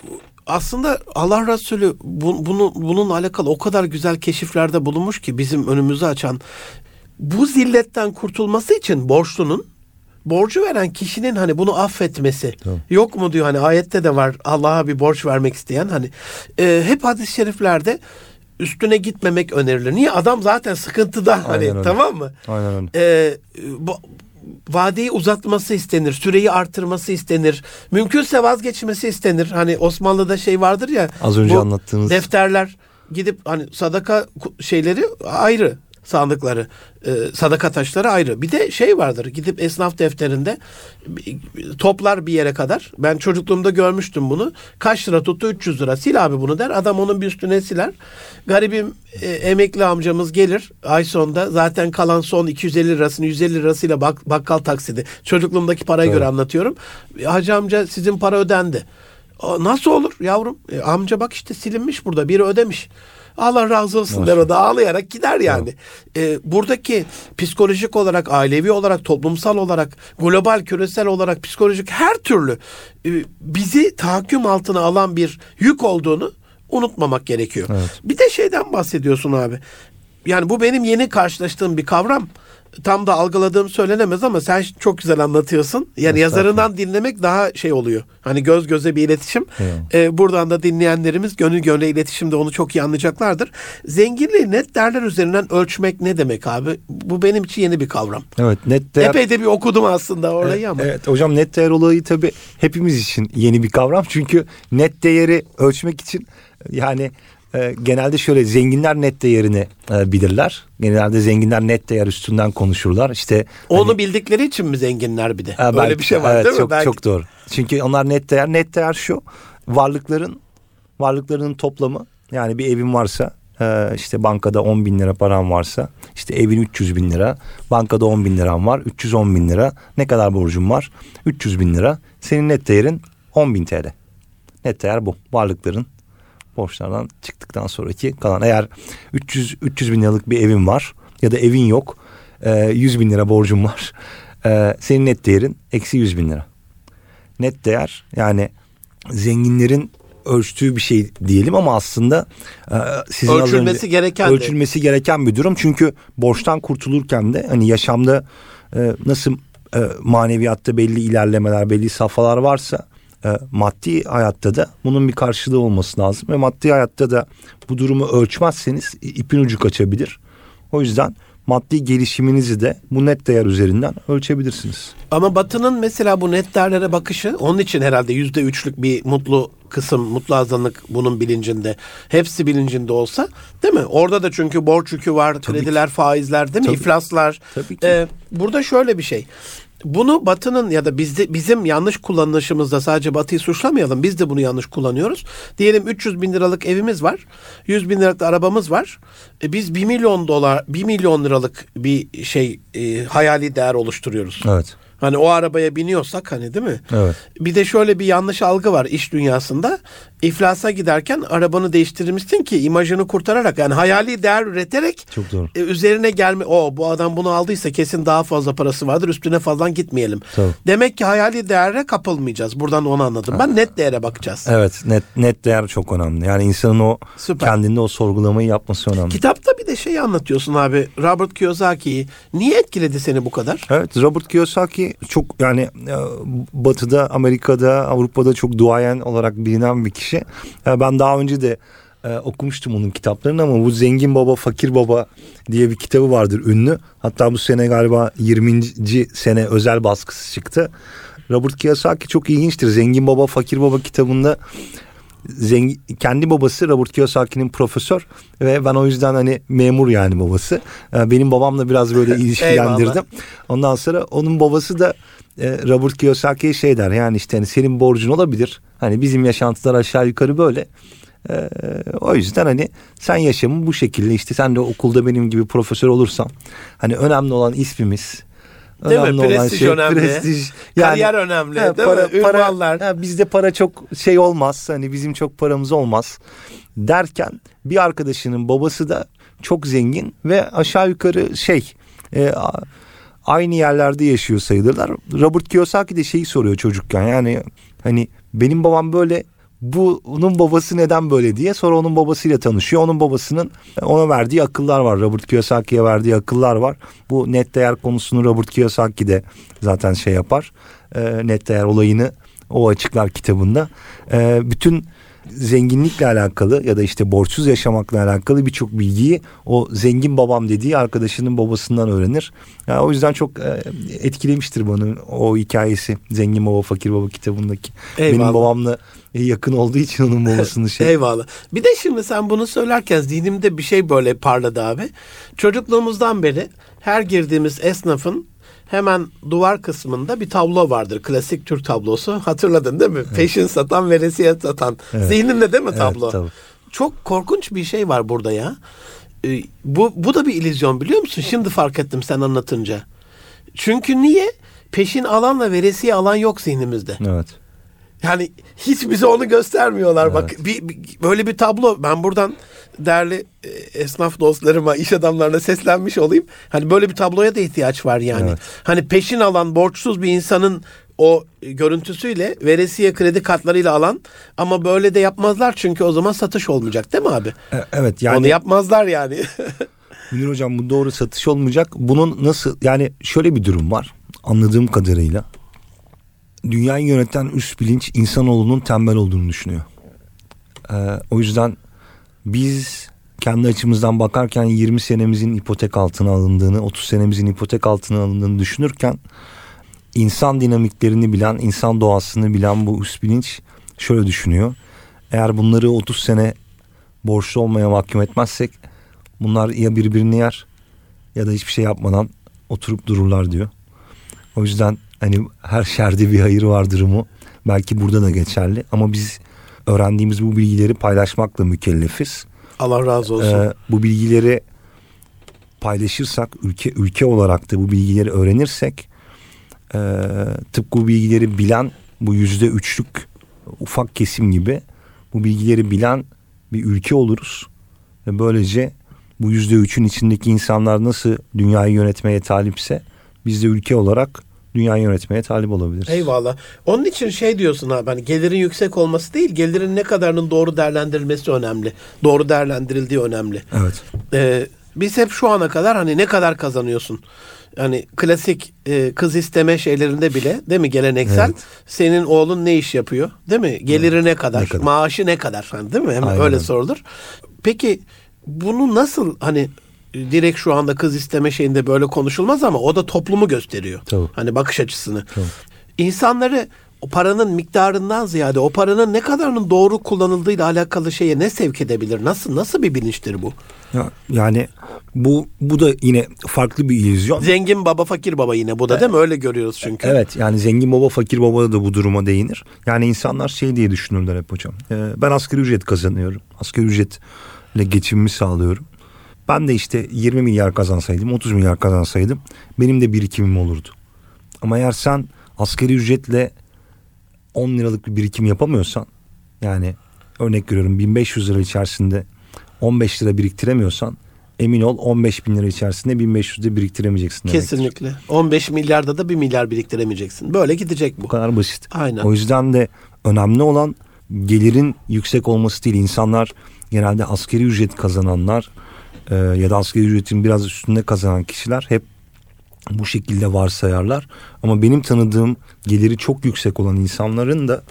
aslında Allah Resulü bu, bunu, bununla alakalı o kadar güzel keşiflerde bulunmuş ki bizim önümüzü açan, bu zilletten kurtulması için borçlunun, borcu veren kişinin hani bunu affetmesi tamam. yok mu diyor, hani ayette de var, Allah'a bir borç vermek isteyen, hani e, hep hadis-i şeriflerde üstüne gitmemek önerilir. Niye? Adam zaten sıkıntıda. Aynen hani öyle. Tamam mı? Aynen öyle. E, bu, vadeyi uzatması istenir, süreyi artırması istenir, mümkünse vazgeçmesi istenir. Hani Osmanlı'da şey vardır ya, az önce anlattığınız defterler, gidip hani sadaka şeyleri ayrı, sandıkları, e, sadaka taşları ayrı. Bir de şey vardır, gidip esnaf defterinde toplar bir yere kadar. Ben çocukluğumda görmüştüm bunu. Kaç lira tuttu? üç yüz lira. Sil abi bunu der. Adam onun bir üstüne siler. Garibim e, emekli amcamız gelir ay sonunda, zaten kalan son iki yüz elli lirasını yüz elli lirasıyla bak, bakkal taksidi. Çocukluğumdaki paraya evet. göre anlatıyorum. Hacı amca sizin para ödendi. Nasıl olur yavrum? E, amca bak işte silinmiş burada. Biri ödemiş. Allah razı olsun der, o da ağlayarak gider yani. Ee, buradaki psikolojik olarak, ailevi olarak, toplumsal olarak, global, küresel olarak, psikolojik her türlü e, bizi tahakküm altına alan bir yük olduğunu unutmamak gerekiyor. Evet. Bir de şeyden bahsediyorsun abi. Yani bu benim yeni karşılaştığım bir kavram. Tam da algıladığım söylenemez ama sen çok güzel anlatıyorsun. Yani yazarından dinlemek daha şey oluyor. Hani göz göze bir iletişim. Ee, buradan da dinleyenlerimiz gönül gönüle iletişimde onu çok iyi anlayacaklardır. Zenginliği net değerler üzerinden ölçmek ne demek abi? Bu benim için yeni bir kavram. Evet, net değer. Epey de bir okudum aslında orayı evet, ama. Evet hocam, net değer olayı tabii hepimiz için yeni bir kavram. Çünkü net değeri ölçmek için yani e, genelde şöyle, zenginler net değerini e, bilirler. Genelde zenginler net değer üstünden konuşurlar. İşte onu hani, bildikleri için mi zenginler bir de? E, Öyle belki, bir şey var evet, değil mi? Çok, belki... çok doğru. Çünkü onlar net değer. Net değer şu: varlıkların varlıklarının toplamı. Yani bir evin varsa, e, işte bankada on bin lira param varsa, işte evin üç yüz bin lira, bankada on bin liram var, üç yüz on bin lira. Ne kadar borcum var? üç yüz bin lira. Senin net değerin on bin T L. Net değer bu. Varlıkların borçlardan çıktıktan sonraki kalan. Eğer üç yüz üç yüz bin liralık bir evin var ya da evin yok, e, yüz bin lira borcun var, e, senin net değerin eksi yüz bin lira. Net değer yani zenginlerin ölçtüğü bir şey diyelim ama aslında e, sizin ölçülmesi önce, gereken ölçülmesi de. gereken bir durum. Çünkü borçtan kurtulurken de hani yaşamda e, nasıl e, maneviyatta belli ilerlemeler, belli safhalar varsa, E, maddi hayatta da bunun bir karşılığı olması lazım ve maddi hayatta da bu durumu ölçmezseniz ipin ucu kaçabilir. O yüzden maddi gelişiminizi de bu net değer üzerinden ölçebilirsiniz. Ama Batı'nın mesela bu net değerlere bakışı, onun için herhalde yüzde üçlük bir mutlu kısım, mutlu azınlık bunun bilincinde. Hepsi bilincinde olsa, değil mi? Orada da çünkü borç yükü var, Tabii krediler, ki. faizler, değil mi? Tabii. İflaslar. Tabii ki. Ee, burada şöyle bir şey. Bunu Batı'nın ya da bizde bizim yanlış kullanışımızda sadece Batı'yı suçlamayalım. Biz de bunu yanlış kullanıyoruz. Diyelim üç yüz bin liralık evimiz var. yüz bin liralık da arabamız var. E biz bir milyon dolar, bir milyon liralık bir şey e, hayali değer oluşturuyoruz. Evet. Hani o arabaya biniyorsak hani değil mi? Evet. Bir de şöyle bir yanlış algı var iş dünyasında. İflasa giderken arabanı değiştirmişsin ki imajını kurtararak, yani hayali değer üreterek Çok doğru. E, üzerine gelme. O bu adam bunu aldıysa kesin daha fazla parası vardır. Üstüne fazla gitmeyelim. Tabii. Demek ki hayali değere kapılmayacağız. Buradan onu anladım. Ben net değere bakacağız. Evet, net net değer çok önemli. Yani insanın o Süper. kendinde o sorgulamayı yapması önemli. Kitapta bir de şey anlatıyorsun abi. Robert Kiyosaki'yi. Niye etkiledi seni bu kadar? Evet, Robert Kiyosaki çok yani e, Batı'da, Amerika'da, Avrupa'da çok duayen olarak bilinen bir kişi. E, ben daha önce de e, okumuştum onun kitaplarını ama bu Zengin Baba, Fakir Baba diye bir kitabı vardır ünlü. Hatta bu sene galiba yirminci sene özel baskısı çıktı. Robert Kiyosaki çok ilginçtir. Zengin Baba, Fakir Baba kitabında zengin, kendi babası Robert Kiyosaki'nin profesör ve ben o yüzden hani memur yani babası. Benim babamla biraz böyle ilişkilendirdim. Ondan sonra onun babası da Robert Kiyosaki'ye şey der, yani işte hani senin borcun olabilir. Hani bizim yaşantılar aşağı yukarı böyle. Ee, o yüzden hani sen yaşamın bu şekilde, işte sen de okulda benim gibi profesör olursan hani önemli olan ismimiz. Değil mi? Prestij şey, önemli. Prestij. Kariyer önemli. He, değil para, mi? Ünvanlar. Para, he, bizde para çok şey olmaz. Hani bizim çok paramız olmaz derken bir arkadaşının babası da çok zengin ve aşağı yukarı şey e, aynı yerlerde yaşıyor sayılırlar. Robert Kiyosaki de şeyi soruyor çocukken, yani hani benim babam böyle, bunun babası neden böyle diye. Sonra onun babasıyla tanışıyor. Onun babasının ona verdiği akıllar var. Robert Kiyosaki'ye verdiği akıllar var. Bu net değer konusunu Robert Kiyosaki de zaten şey yapar. E, net değer olayını o açıklar kitabında. E, bütün zenginlikle alakalı ya da işte borçsuz yaşamakla alakalı birçok bilgiyi o zengin babam dediği arkadaşının babasından öğrenir. Yani o yüzden çok e, etkilemiştir bana o hikayesi. Zengin Baba, Fakir Baba kitabındaki. Eyvallah. Benim babamla yakın olduğu için onun babasını şey. Eyvallah. Bir de şimdi sen bunu söylerken zihnimde bir şey böyle parladı abi. Çocukluğumuzdan beri her girdiğimiz esnafın hemen duvar kısmında bir tablo vardır. Klasik Türk tablosu. Hatırladın değil mi? Evet. Peşin satan, veresiye satan. Evet. Zihninde değil mi tablo? Evet, tabii. Çok korkunç bir şey var burada ya. Ee, bu, bu da bir illüzyon, biliyor musun? Şimdi fark ettim sen anlatınca. Çünkü niye? Peşin alanla veresiye alan yok zihnimizde. Evet. Yani hiç bize onu göstermiyorlar. Evet. Bak bir, bir böyle bir tablo. Ben buradan değerli e, esnaf dostlarıma, iş adamlarına seslenmiş olayım. Hani böyle bir tabloya da ihtiyaç var yani. Evet. Hani peşin alan, borçsuz bir insanın o görüntüsüyle veresiye kredi kartlarıyla alan, ama böyle de yapmazlar çünkü o zaman satış olmayacak değil mi abi? E, evet yani. Onu yapmazlar yani. Münir hocam, bu doğru, satış olmayacak. Bunun nasıl, yani şöyle bir durum var anladığım kadarıyla. Dünyayı yöneten üst bilinç insanoğlunun tembel olduğunu düşünüyor. Ee, o yüzden biz kendi açımızdan bakarken yirmi senemizin ipotek altına alındığını, otuz senemizin ipotek altına alındığını düşünürken insan dinamiklerini bilen, insan doğasını bilen bu üst bilinç şöyle düşünüyor. Eğer bunları otuz sene borçlu olmaya mahkum etmezsek bunlar ya birbirini yer ya da hiçbir şey yapmadan oturup dururlar diyor. O yüzden hani her şerde bir hayır vardır mu? Belki burada da geçerli ama biz öğrendiğimiz bu bilgileri paylaşmakla mükellefiz. Allah razı olsun. Ee, bu bilgileri paylaşırsak, ülke ülke olarak da bu bilgileri öğrenirsek, e, tıpkı bu bilgileri bilen bu yüzde üçlük ufak kesim gibi bu bilgileri bilen bir ülke oluruz. Ve böylece bu yüzde üçün içindeki insanlar nasıl dünyayı yönetmeye talipse biz de ülke olarak dünyayı yönetmeye talip olabiliriz. Eyvallah. Onun için şey diyorsun abi, hani gelirin yüksek olması değil, gelirin ne kadarının doğru değerlendirilmesi önemli. Doğru değerlendirildiği önemli. Evet. Ee, biz hep şu ana kadar hani ne kadar kazanıyorsun? Hani klasik e, kız isteme şeylerinde bile değil mi, geleneksel, evet. Senin oğlun ne iş yapıyor? Değil mi? Geliri evet. ne kadar? Ne kadar? Maaşı ne kadar? Hani, değil mi? Hemen Aynen. öyle sorulur. Peki bunu nasıl hani direkt şu anda kız isteme şeyinde böyle konuşulmaz ama o da toplumu gösteriyor. Tabii. Hani bakış açısını. Tabii. İnsanları o paranın miktarından ziyade o paranın ne kadarının doğru kullanıldığıyla alakalı şeye ne sevk edebilir? Nasıl nasıl bir bilinçtir bu? Ya, yani Bu bu da yine farklı bir illüzyon. Zengin baba fakir baba yine bu da değil mi? Öyle görüyoruz çünkü. Evet, yani zengin baba fakir baba da bu duruma değinir. Yani insanlar şey diye düşünürler hep hocam. Ee, ben asgari ücret kazanıyorum. Asgari ücretle geçimimi sağlıyorum. Ben de işte yirmi milyar kazansaydım, otuz milyar kazansaydım benim de birikimim olurdu. Ama eğer sen asgari ücretle on liralık bir birikim yapamıyorsan, yani örnek veriyorum bin beş yüz lira içerisinde on beş lira biriktiremiyorsan, emin ol on beş bin lira içerisinde bin beş yüz de biriktiremeyeceksin demektir. Kesinlikle. on beş milyarda da bir milyar biriktiremeyeceksin. Böyle gidecek bu. Bu kadar basit. Aynen. O yüzden de önemli olan gelirin yüksek olması değil. İnsanlar genelde asgari ücret kazananlar e, ya da asgari ücretin biraz üstünde kazanan kişiler hep bu şekilde varsayarlar. Ama benim tanıdığım geliri çok yüksek olan insanların da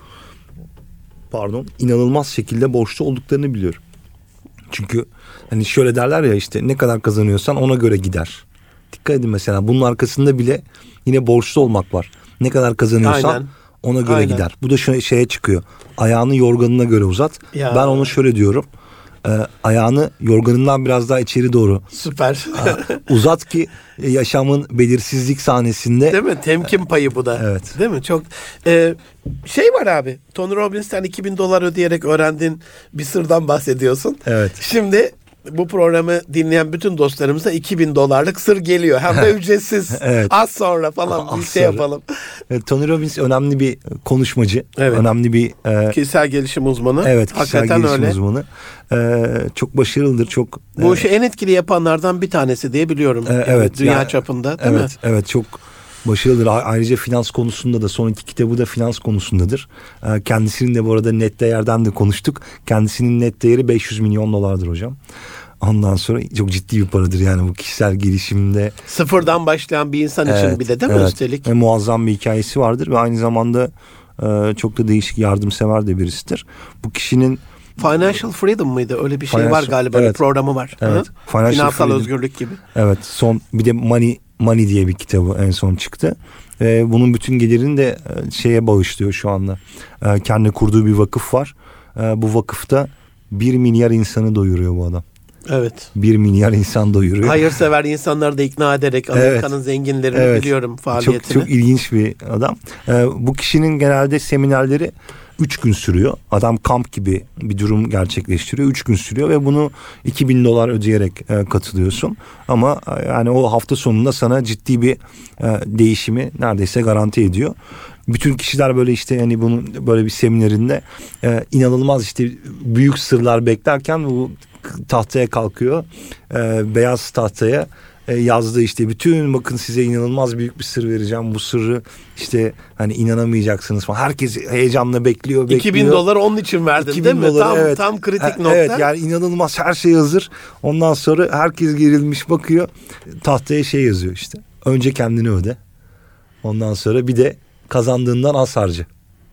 pardon inanılmaz şekilde borçlu olduklarını biliyorum. Çünkü hani şöyle derler ya, işte ne kadar kazanıyorsan ona göre gider. Dikkat edin, mesela bunun arkasında bile yine borçlu olmak var. Ne kadar kazanıyorsan Aynen. ona göre Aynen. gider. Bu da şöyle şeye çıkıyor. Ayağını yorganına göre uzat. Ya. Ben onu şöyle diyorum. E, ayağını yorganından biraz daha içeri doğru Süper. e, uzat ki yaşamın belirsizlik sahnesinde. Değil mi? Temkin payı bu da. Evet. Değil mi? Çok e, şey var abi. Tony Robbins'ten iki bin dolar ödeyerek öğrendiğin bir sırdan bahsediyorsun. Evet. Şimdi bu programı dinleyen bütün dostlarımıza iki bin dolarlık sır geliyor. Hem de ücretsiz. Evet. Az sonra falan Az bir şey sonra. yapalım. Evet, Tony Robbins önemli bir konuşmacı. Evet. Önemli bir e, kişisel gelişim uzmanı. Evet, kişisel Hakikaten gelişim öyle. uzmanı. E, çok başarılıdır. Çok Bu e, işi en etkili yapanlardan bir tanesi diye biliyorum. E, evet. Dünya yani, çapında değil evet, mi? Evet, çok başarılıdır. Ayrıca finans konusunda da, son iki kitabı da finans konusundadır. E, kendisinin de bu arada net değerden de konuştuk. Kendisinin net değeri beş yüz milyon dolardır hocam. Ondan sonra çok ciddi bir paradır yani bu kişisel gelişimde. Sıfırdan başlayan bir insan evet, için bir de değil mi evet. üstelik? Ve muazzam bir hikayesi vardır ve aynı zamanda e, çok da değişik, yardımsever de birisidir. Bu kişinin Financial Freedom mıydı? Öyle bir şey Financial, var galiba. Evet. Bir programı var. Evet. Finansal Freedom. özgürlük gibi. Evet. Son bir de Money Money diye bir kitabı en son çıktı. Ee, bunun bütün gelirini de şeye bağışlıyor şu anda. Ee, kendi kurduğu bir vakıf var. Ee, bu vakıfta bir milyar insanı doyuruyor bu adam. Evet. Bir milyar insan doyuruyor. Hayırsever insanları da ikna ederek Amerika'nın evet. zenginlerini evet. biliyorum faaliyetini. Çok, çok ilginç bir adam. Ee, bu kişinin genelde seminerleri üç gün sürüyor. Adam kamp gibi bir durum gerçekleştiriyor. Üç gün sürüyor ve bunu iki bin dolar ödeyerek e, katılıyorsun. Ama e, yani o hafta sonunda sana ciddi bir e, değişimi neredeyse garanti ediyor. Bütün kişiler böyle işte hani bunun böyle bir seminerinde e, inanılmaz işte büyük sırlar beklerken bu tahtaya kalkıyor. E, beyaz tahtaya e, yazdığı işte bütün bakın size inanılmaz büyük bir sır vereceğim. Bu sırrı işte hani inanamayacaksınız falan. Herkes heyecanla bekliyor, bekliyor. iki bin dolar onun için verdin değil mi? Dolar, tam, evet. tam kritik ha, nokta. Evet, yani inanılmaz, her şey hazır. Ondan sonra herkes gerilmiş bakıyor. Tahtaya şey yazıyor işte. Önce kendini öde. Ondan sonra bir de kazandığından az harca.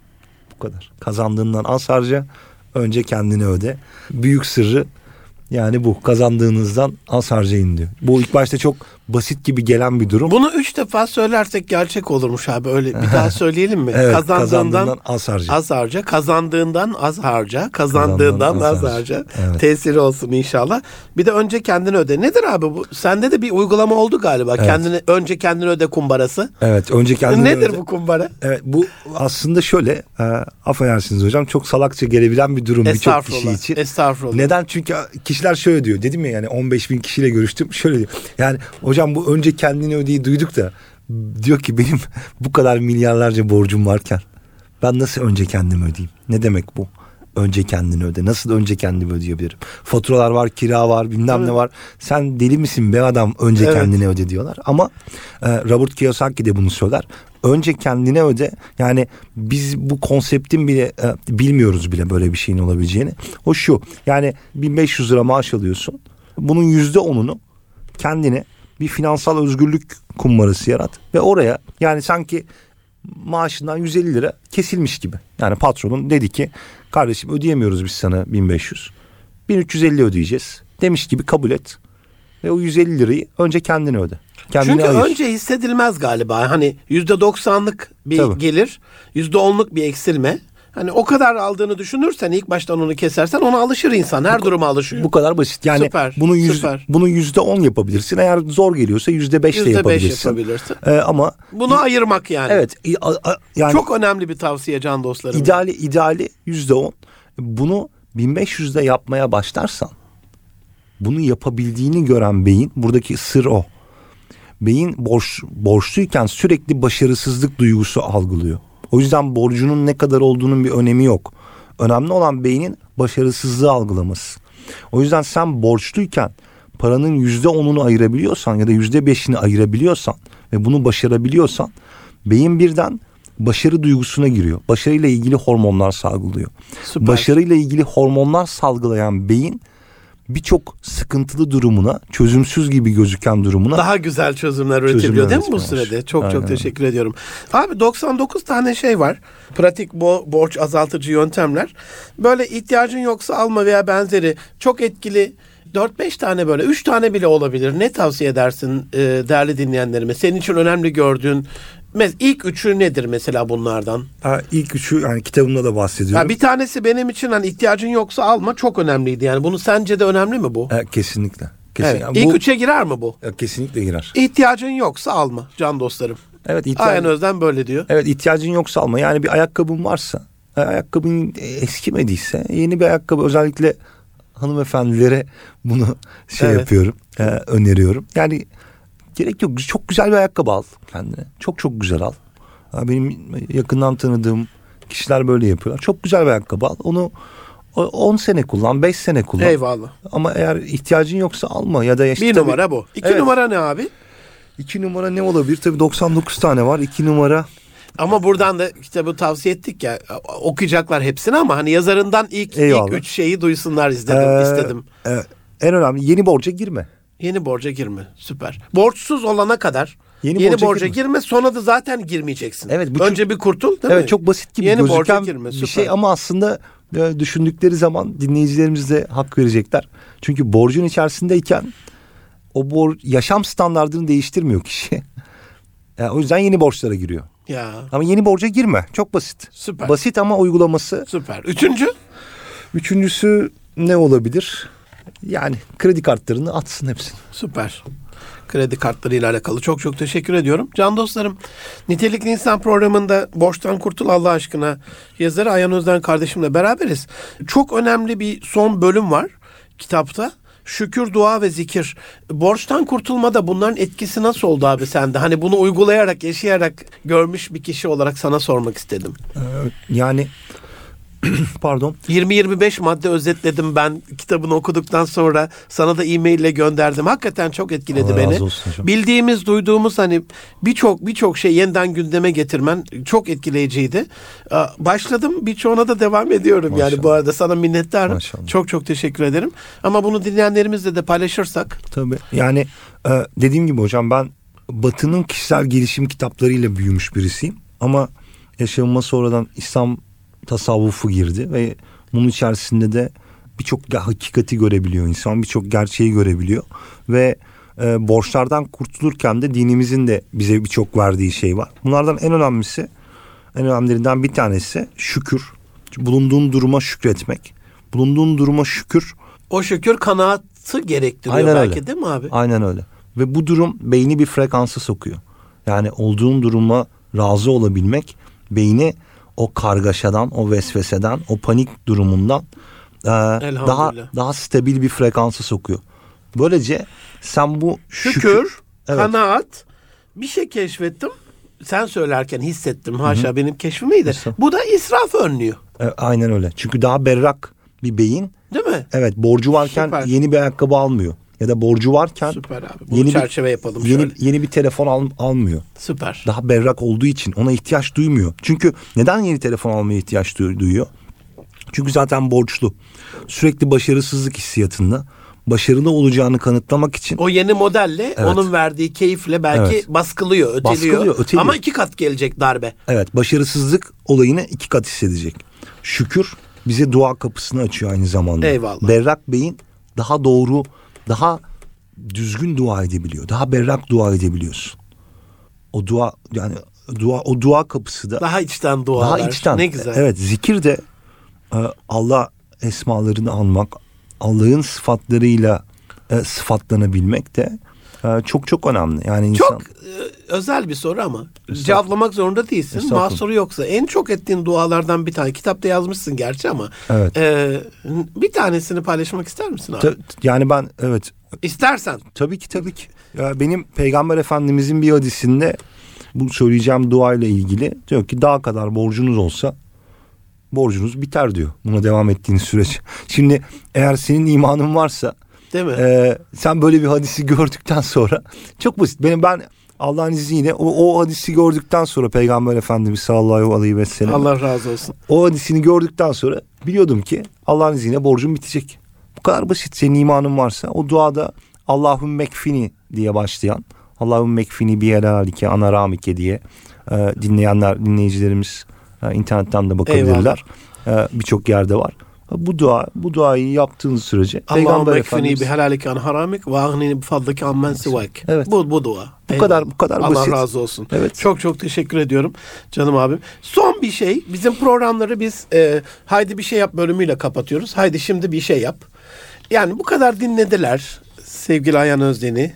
Bu kadar. Kazandığından az harca. Önce kendini öde. Büyük sırrı yani bu. Kazandığınızdan az harcayın diyor. Bu ilk başta çok basit gibi gelen bir durum. Bunu üç defa söylersek gerçek olurmuş abi. Öyle bir daha söyleyelim mi? Evet, kazandığından, kazandığından az harca. Az harca. Kazandığından az harca. Kazandığından az, az harca. harca. Evet. Tesiri olsun inşallah. Bir de önce kendini öde. Nedir abi bu? Sende de bir uygulama oldu galiba. Evet. Kendini önce kendini öde kumbarası. Evet, önce kendini Nedir öde. bu kumbara? Evet, bu aslında şöyle, e, affedersiniz hocam, çok salakça gelebilen bir durum birçok kişi için. Estağfurullah. Neden? Çünkü kişiler şöyle diyor. Dedim ya yani on beş bin kişiyle görüştüm. Şöyle diyor. Yani hocam bu önce kendini ödeyi duyduk da diyor ki benim bu kadar milyarlarca borcum varken ben nasıl önce kendimi ödeyeyim? Ne demek bu? Önce kendini öde. Nasıl önce kendimi ödeyebilirim? Faturalar var, kira var, bilmem evet. ne var. Sen deli misin be adam, önce evet. kendini öde diyorlar. Ama e, Robert Kiyosaki de bunu söyler. Önce kendine öde. Yani biz bu konseptin bile e, bilmiyoruz bile böyle bir şeyin olabileceğini. O şu, yani bin beş yüz lira maaş alıyorsun. Bunun yüzde onunu kendine bir finansal özgürlük kumbarası yarat. Ve oraya yani sanki maaşından yüz elli lira kesilmiş gibi. Yani patronun dedi ki kardeşim ödeyemiyoruz biz sana bin beş yüz. bin üç yüz elli ödeyeceğiz. Demiş gibi kabul et. Ve o yüz elli lirayı önce kendine öde. Kendine Çünkü ayır. önce hissedilmez galiba. Hani yüzde doksanlık bir Tabii. gelir, yüzde onluk bir eksilme Hani o kadar aldığını düşünürsen ilk baştan onu kesersen ona alışır insan. Her duruma alışıyor. Bu kadar basit. Yani süper, bunu yüz, süper. bunu yüzde on yapabilirsin. Eğer zor geliyorsa yüzde beş de yapabilirsin. yapabilirsin. Ee, ama bunu ayırmak yani. Evet. A, a, yani çok önemli bir tavsiye can dostlarım. İdeali ideali yüzde on. Bunu bin beş yüzde yapmaya başlarsan bunu yapabildiğini gören beyin, buradaki sır o. Beyin borç, borçluyken sürekli başarısızlık duygusu algılıyor. O yüzden borcunun ne kadar olduğunun bir önemi yok. Önemli olan beynin başarısızlığı algılaması. O yüzden sen borçluyken paranın yüzde onunu ayırabiliyorsan ya da yüzde beşini ayırabiliyorsan ve bunu başarabiliyorsan beyin birden başarı duygusuna giriyor. Başarıyla ilgili hormonlar salgılıyor. Süper. Başarıyla ilgili hormonlar salgılayan beyin birçok sıkıntılı durumuna, çözümsüz gibi gözüken durumuna daha güzel çözümler üretebiliyor değil mi bu sürede? Çok Aynen. çok teşekkür ediyorum. Abi doksan dokuz tane şey var. Pratik bo- borç azaltıcı yöntemler. Böyle ihtiyacın yoksa alma veya benzeri çok etkili dört beş tane böyle üç tane bile olabilir. Ne tavsiye edersin e, değerli dinleyenlerime? Senin için önemli gördüğün mes- ilk üçü nedir mesela bunlardan? Ha, ilk üçü yani kitabımda da bahsediyorum. Ha, bir tanesi benim için hani ihtiyacın yoksa alma çok önemliydi. Yani bunu sence de önemli mi bu? Ha, kesinlikle. Kesin. Evet. Yani İlk bu, üçe girer mi bu? kesinlikle girer. İhtiyacın yoksa alma can dostlarım. Evet, ihtiyac- Ayhan Özden böyle diyor. Evet, ihtiyacın yoksa alma. Yani bir ayakkabın varsa, ayakkabın eskimediyse yeni bir ayakkabı, özellikle hanımefendilere bunu şey Evet. yapıyorum, e, öneriyorum. Yani gerek yok. Çok güzel bir ayakkabı al kendine. Çok çok güzel al. Ha, benim yakından tanıdığım kişiler böyle yapıyorlar. Çok güzel bir ayakkabı al. Onu on sene kullan, beş sene kullan. Eyvallah. Ama eğer ihtiyacın yoksa alma ya da işte Bir tabii, numara bu. İki Evet. numara ne abi? İki numara ne olabilir? Tabii doksan dokuz tane var. İki numara. Ama buradan da kitabı tavsiye ettik ya, okuyacaklar hepsini ama hani yazarından ilk, Eyvallah. ilk üç şeyi duysunlar istedim. Ee, istedim. e, en önemli yeni borca girme. Yeni borca girme. Süper. Borçsuz olana kadar Yeni yeni, borca borca, girme. girme. Sonra da zaten girmeyeceksin. Evet, bu Önce bir kurtul değil Evet mi? çok basit gibi Yeni borca gözüken girme, bir süper. şey ama aslında e, düşündükleri zaman dinleyicilerimiz de hak verecekler. Çünkü borcun içerisindeyken o bor yaşam standartını değiştirmiyor kişi. Yani o yüzden yeni borçlara giriyor. Ya Ama yeni borca girme. Çok basit. süper. Basit ama uygulaması. Süper. Üçüncü? Üçüncüsü ne olabilir? Yani kredi kartlarını atsın hepsini. Süper. Kredi kartlarıyla alakalı çok çok teşekkür ediyorum. Can dostlarım, Nitelikli İnsan programında Borçtan Kurtul Allah aşkına yazarı Ayhan Özden kardeşimle beraberiz. Çok önemli bir son bölüm var kitapta. Şükür, dua ve zikir. Borçtan kurtulmada bunların etkisi nasıl oldu abi sende? Hani bunu uygulayarak, yaşayarak görmüş bir kişi olarak sana sormak istedim. Ee, yani pardon. yirmi yirmi beş madde özetledim ben kitabını okuduktan sonra, sana da e-mail ile gönderdim. Hakikaten çok etkiledi Allah beni. razı olsun hocam. Bildiğimiz, duyduğumuz hani birçok birçok şey yeniden gündeme getirmen çok etkileyiciydi. Aa, Başladım, birçoğuna da devam ediyorum. Maşallah. Yani bu arada sana minnettarım. Maşallah. Çok çok teşekkür ederim. Ama bunu dinleyenlerimizle de paylaşırsak. Tabii. Yani e, dediğim gibi hocam, ben Batı'nın kişisel gelişim kitaplarıyla büyümüş birisiyim. Ama yaşamıma sonradan İslam tasavvufu girdi ve bunun içerisinde de birçok hakikati görebiliyor insan, birçok gerçeği görebiliyor ve e, borçlardan kurtulurken de dinimizin de bize birçok verdiği şey var. Bunlardan en önemlisi, en önemlilerinden bir tanesi şükür. Bulunduğun duruma şükretmek. Bulunduğun duruma şükür. O şükür kanaatı gerektiriyor Aynen belki öyle. değil mi abi? Aynen öyle. Ve bu durum beyni bir frekansa sokuyor. Yani olduğun duruma razı olabilmek beyni o kargaşadan, o vesveseden, o panik durumundan e, daha daha stabil bir frekansa sokuyor. Böylece sen bu Şükür, şükür evet. kanaat, bir şey keşfettim. Sen söylerken hissettim. Haşa Hı-hı. benim keşfimiydi. Nasıl? Bu da israf önlüyor. E, aynen öyle. Çünkü daha berrak bir beyin. Değil mi? Evet, borcu varken Süper. Yeni bir ayakkabı almıyor. Ya da borcu varken Süper abi. Bunu yeni çerçeve bir, yapalım yeni, şöyle. Yeni bir telefon al, almıyor. Süper. Daha berrak olduğu için ona ihtiyaç duymuyor. Çünkü neden yeni telefon almaya ihtiyaç duyuyor? Çünkü zaten borçlu. Sürekli başarısızlık hissiyatında. Başarılı olacağını kanıtlamak için. O yeni modelle evet. onun verdiği keyifle belki evet. baskılıyor, öteliyor. Baskılıyor, öteliyor. Ama iki kat gelecek darbe. Evet, başarısızlık olayını iki kat hissedecek. Şükür bize dua kapısını açıyor aynı zamanda. Eyvallah. Berrak beyin daha doğru, daha düzgün dua edebiliyor. Daha berrak dua edebiliyorsun. O dua, yani dua o dua kapısı da Daha içten dualar. daha içten. Ne güzel. Evet, zikir de e, Allah esmalarını almak, Allah'ın sıfatlarıyla e, sıfatlanabilmek de e, çok çok önemli. Yani insan Çok e, özel bir soru ama cevaplamak zorunda değilsin. Estağfurullah. Mahsuru yoksa en çok ettiğin dualardan bir tane kitapta yazmışsın gerçi ama Evet. e, bir tanesini paylaşmak ister misin abi? Ta- yani ben evet İstersen. tabii ki tabii ki. Ya benim Peygamber Efendimizin bir hadisinde bu söyleyeceğim duayla ilgili diyor ki daha kadar borcunuz olsa borcunuz biter diyor. Buna devam ettiğiniz sürece. Şimdi eğer senin imanın varsa Değil mi? e, sen böyle bir hadisi gördükten sonra çok basit. Benim ben Allah'ın izniyle o, o hadisi gördükten sonra Peygamber Efendimiz sallallahu aleyhi ve sellem Allah razı olsun. o hadisini gördükten sonra biliyordum ki Allah'ın izniyle borcum bitecek. Bu kadar basit. Senin imanın varsa o duada Allahümme mekfini diye başlayan, Allahümme mekfini bi helalike ana ramike diye e, dinleyenler, dinleyicilerimiz e, internetten de bakabilirler. E, birçok yerde var. Bu dua, bu duayı yaptığınız sürece Peygamber Allahümme ekfini Efendimiz bi helalike an haramik ve agnini bi fadlike ammen sivak. Evet. Bu, bu dua. Bu kadar bu kadar Allah basit. razı olsun. Evet. Çok çok teşekkür ediyorum canım abim. Son bir şey, bizim programları biz e, haydi bir şey yap bölümüyle kapatıyoruz. Haydi şimdi bir şey yap. Yani bu kadar dinlediler sevgili Ayhan Özden'i.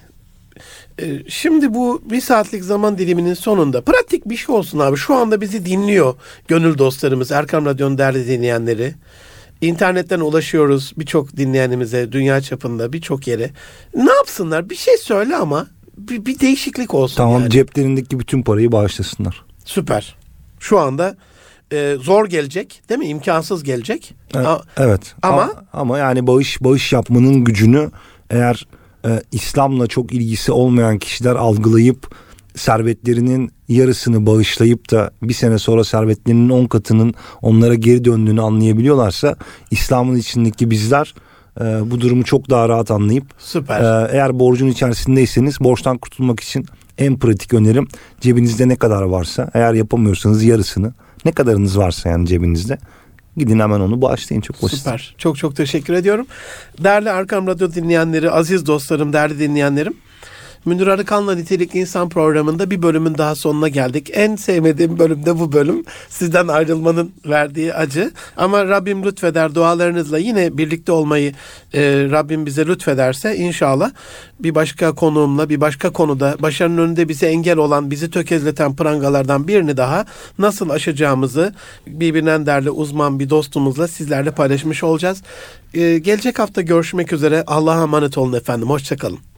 E, şimdi bu bir saatlik zaman diliminin sonunda pratik bir şey olsun abi. Şu anda bizi dinliyor gönül dostlarımız, Erkam Radyo'nun değerli dinleyenleri. İnternetten ulaşıyoruz birçok dinleyenimize, dünya çapında birçok yere. Ne yapsınlar? Bir şey söyle ama bir, bir değişiklik olsun. Tamam, yani. ceplerindeki bütün parayı bağışlasınlar. Süper. Şu anda e, zor gelecek, değil mi? İmkansız gelecek. Evet. A- evet. Ama- ama ama yani bağış bağış yapmanın gücünü eğer e, İslam'la çok ilgisi olmayan kişiler algılayıp servetlerinin yarısını bağışlayıp da bir sene sonra servetlerinin on katının onlara geri döndüğünü anlayabiliyorlarsa İslam'ın içindeki bizler e, bu durumu çok daha rahat anlayıp Süper. e, eğer borcun içerisindeyseniz borçtan kurtulmak için en pratik önerim cebinizde ne kadar varsa, eğer yapamıyorsanız yarısını, ne kadarınız varsa yani cebinizde gidin hemen onu bağışlayın, çok basit. Süper. Çok çok teşekkür ediyorum. Değerli Erkam Radyo dinleyenleri, aziz dostlarım, değerli dinleyenlerim. Münir Arıkan'la Nitelikli İnsan programında bir bölümün daha sonuna geldik. En sevmediğim bölüm de bu bölüm. Sizden ayrılmanın verdiği acı. Ama Rabbim lütfeder, dualarınızla yine birlikte olmayı e, Rabbim bize lütfederse inşallah bir başka konuğumla, bir başka konuda başarının önünde bize engel olan, bizi tökezleten prangalardan birini daha nasıl aşacağımızı birbirinden değerli uzman bir dostumuzla sizlerle paylaşmış olacağız. E, gelecek hafta görüşmek üzere. Allah'a emanet olun efendim. Hoşça kalın.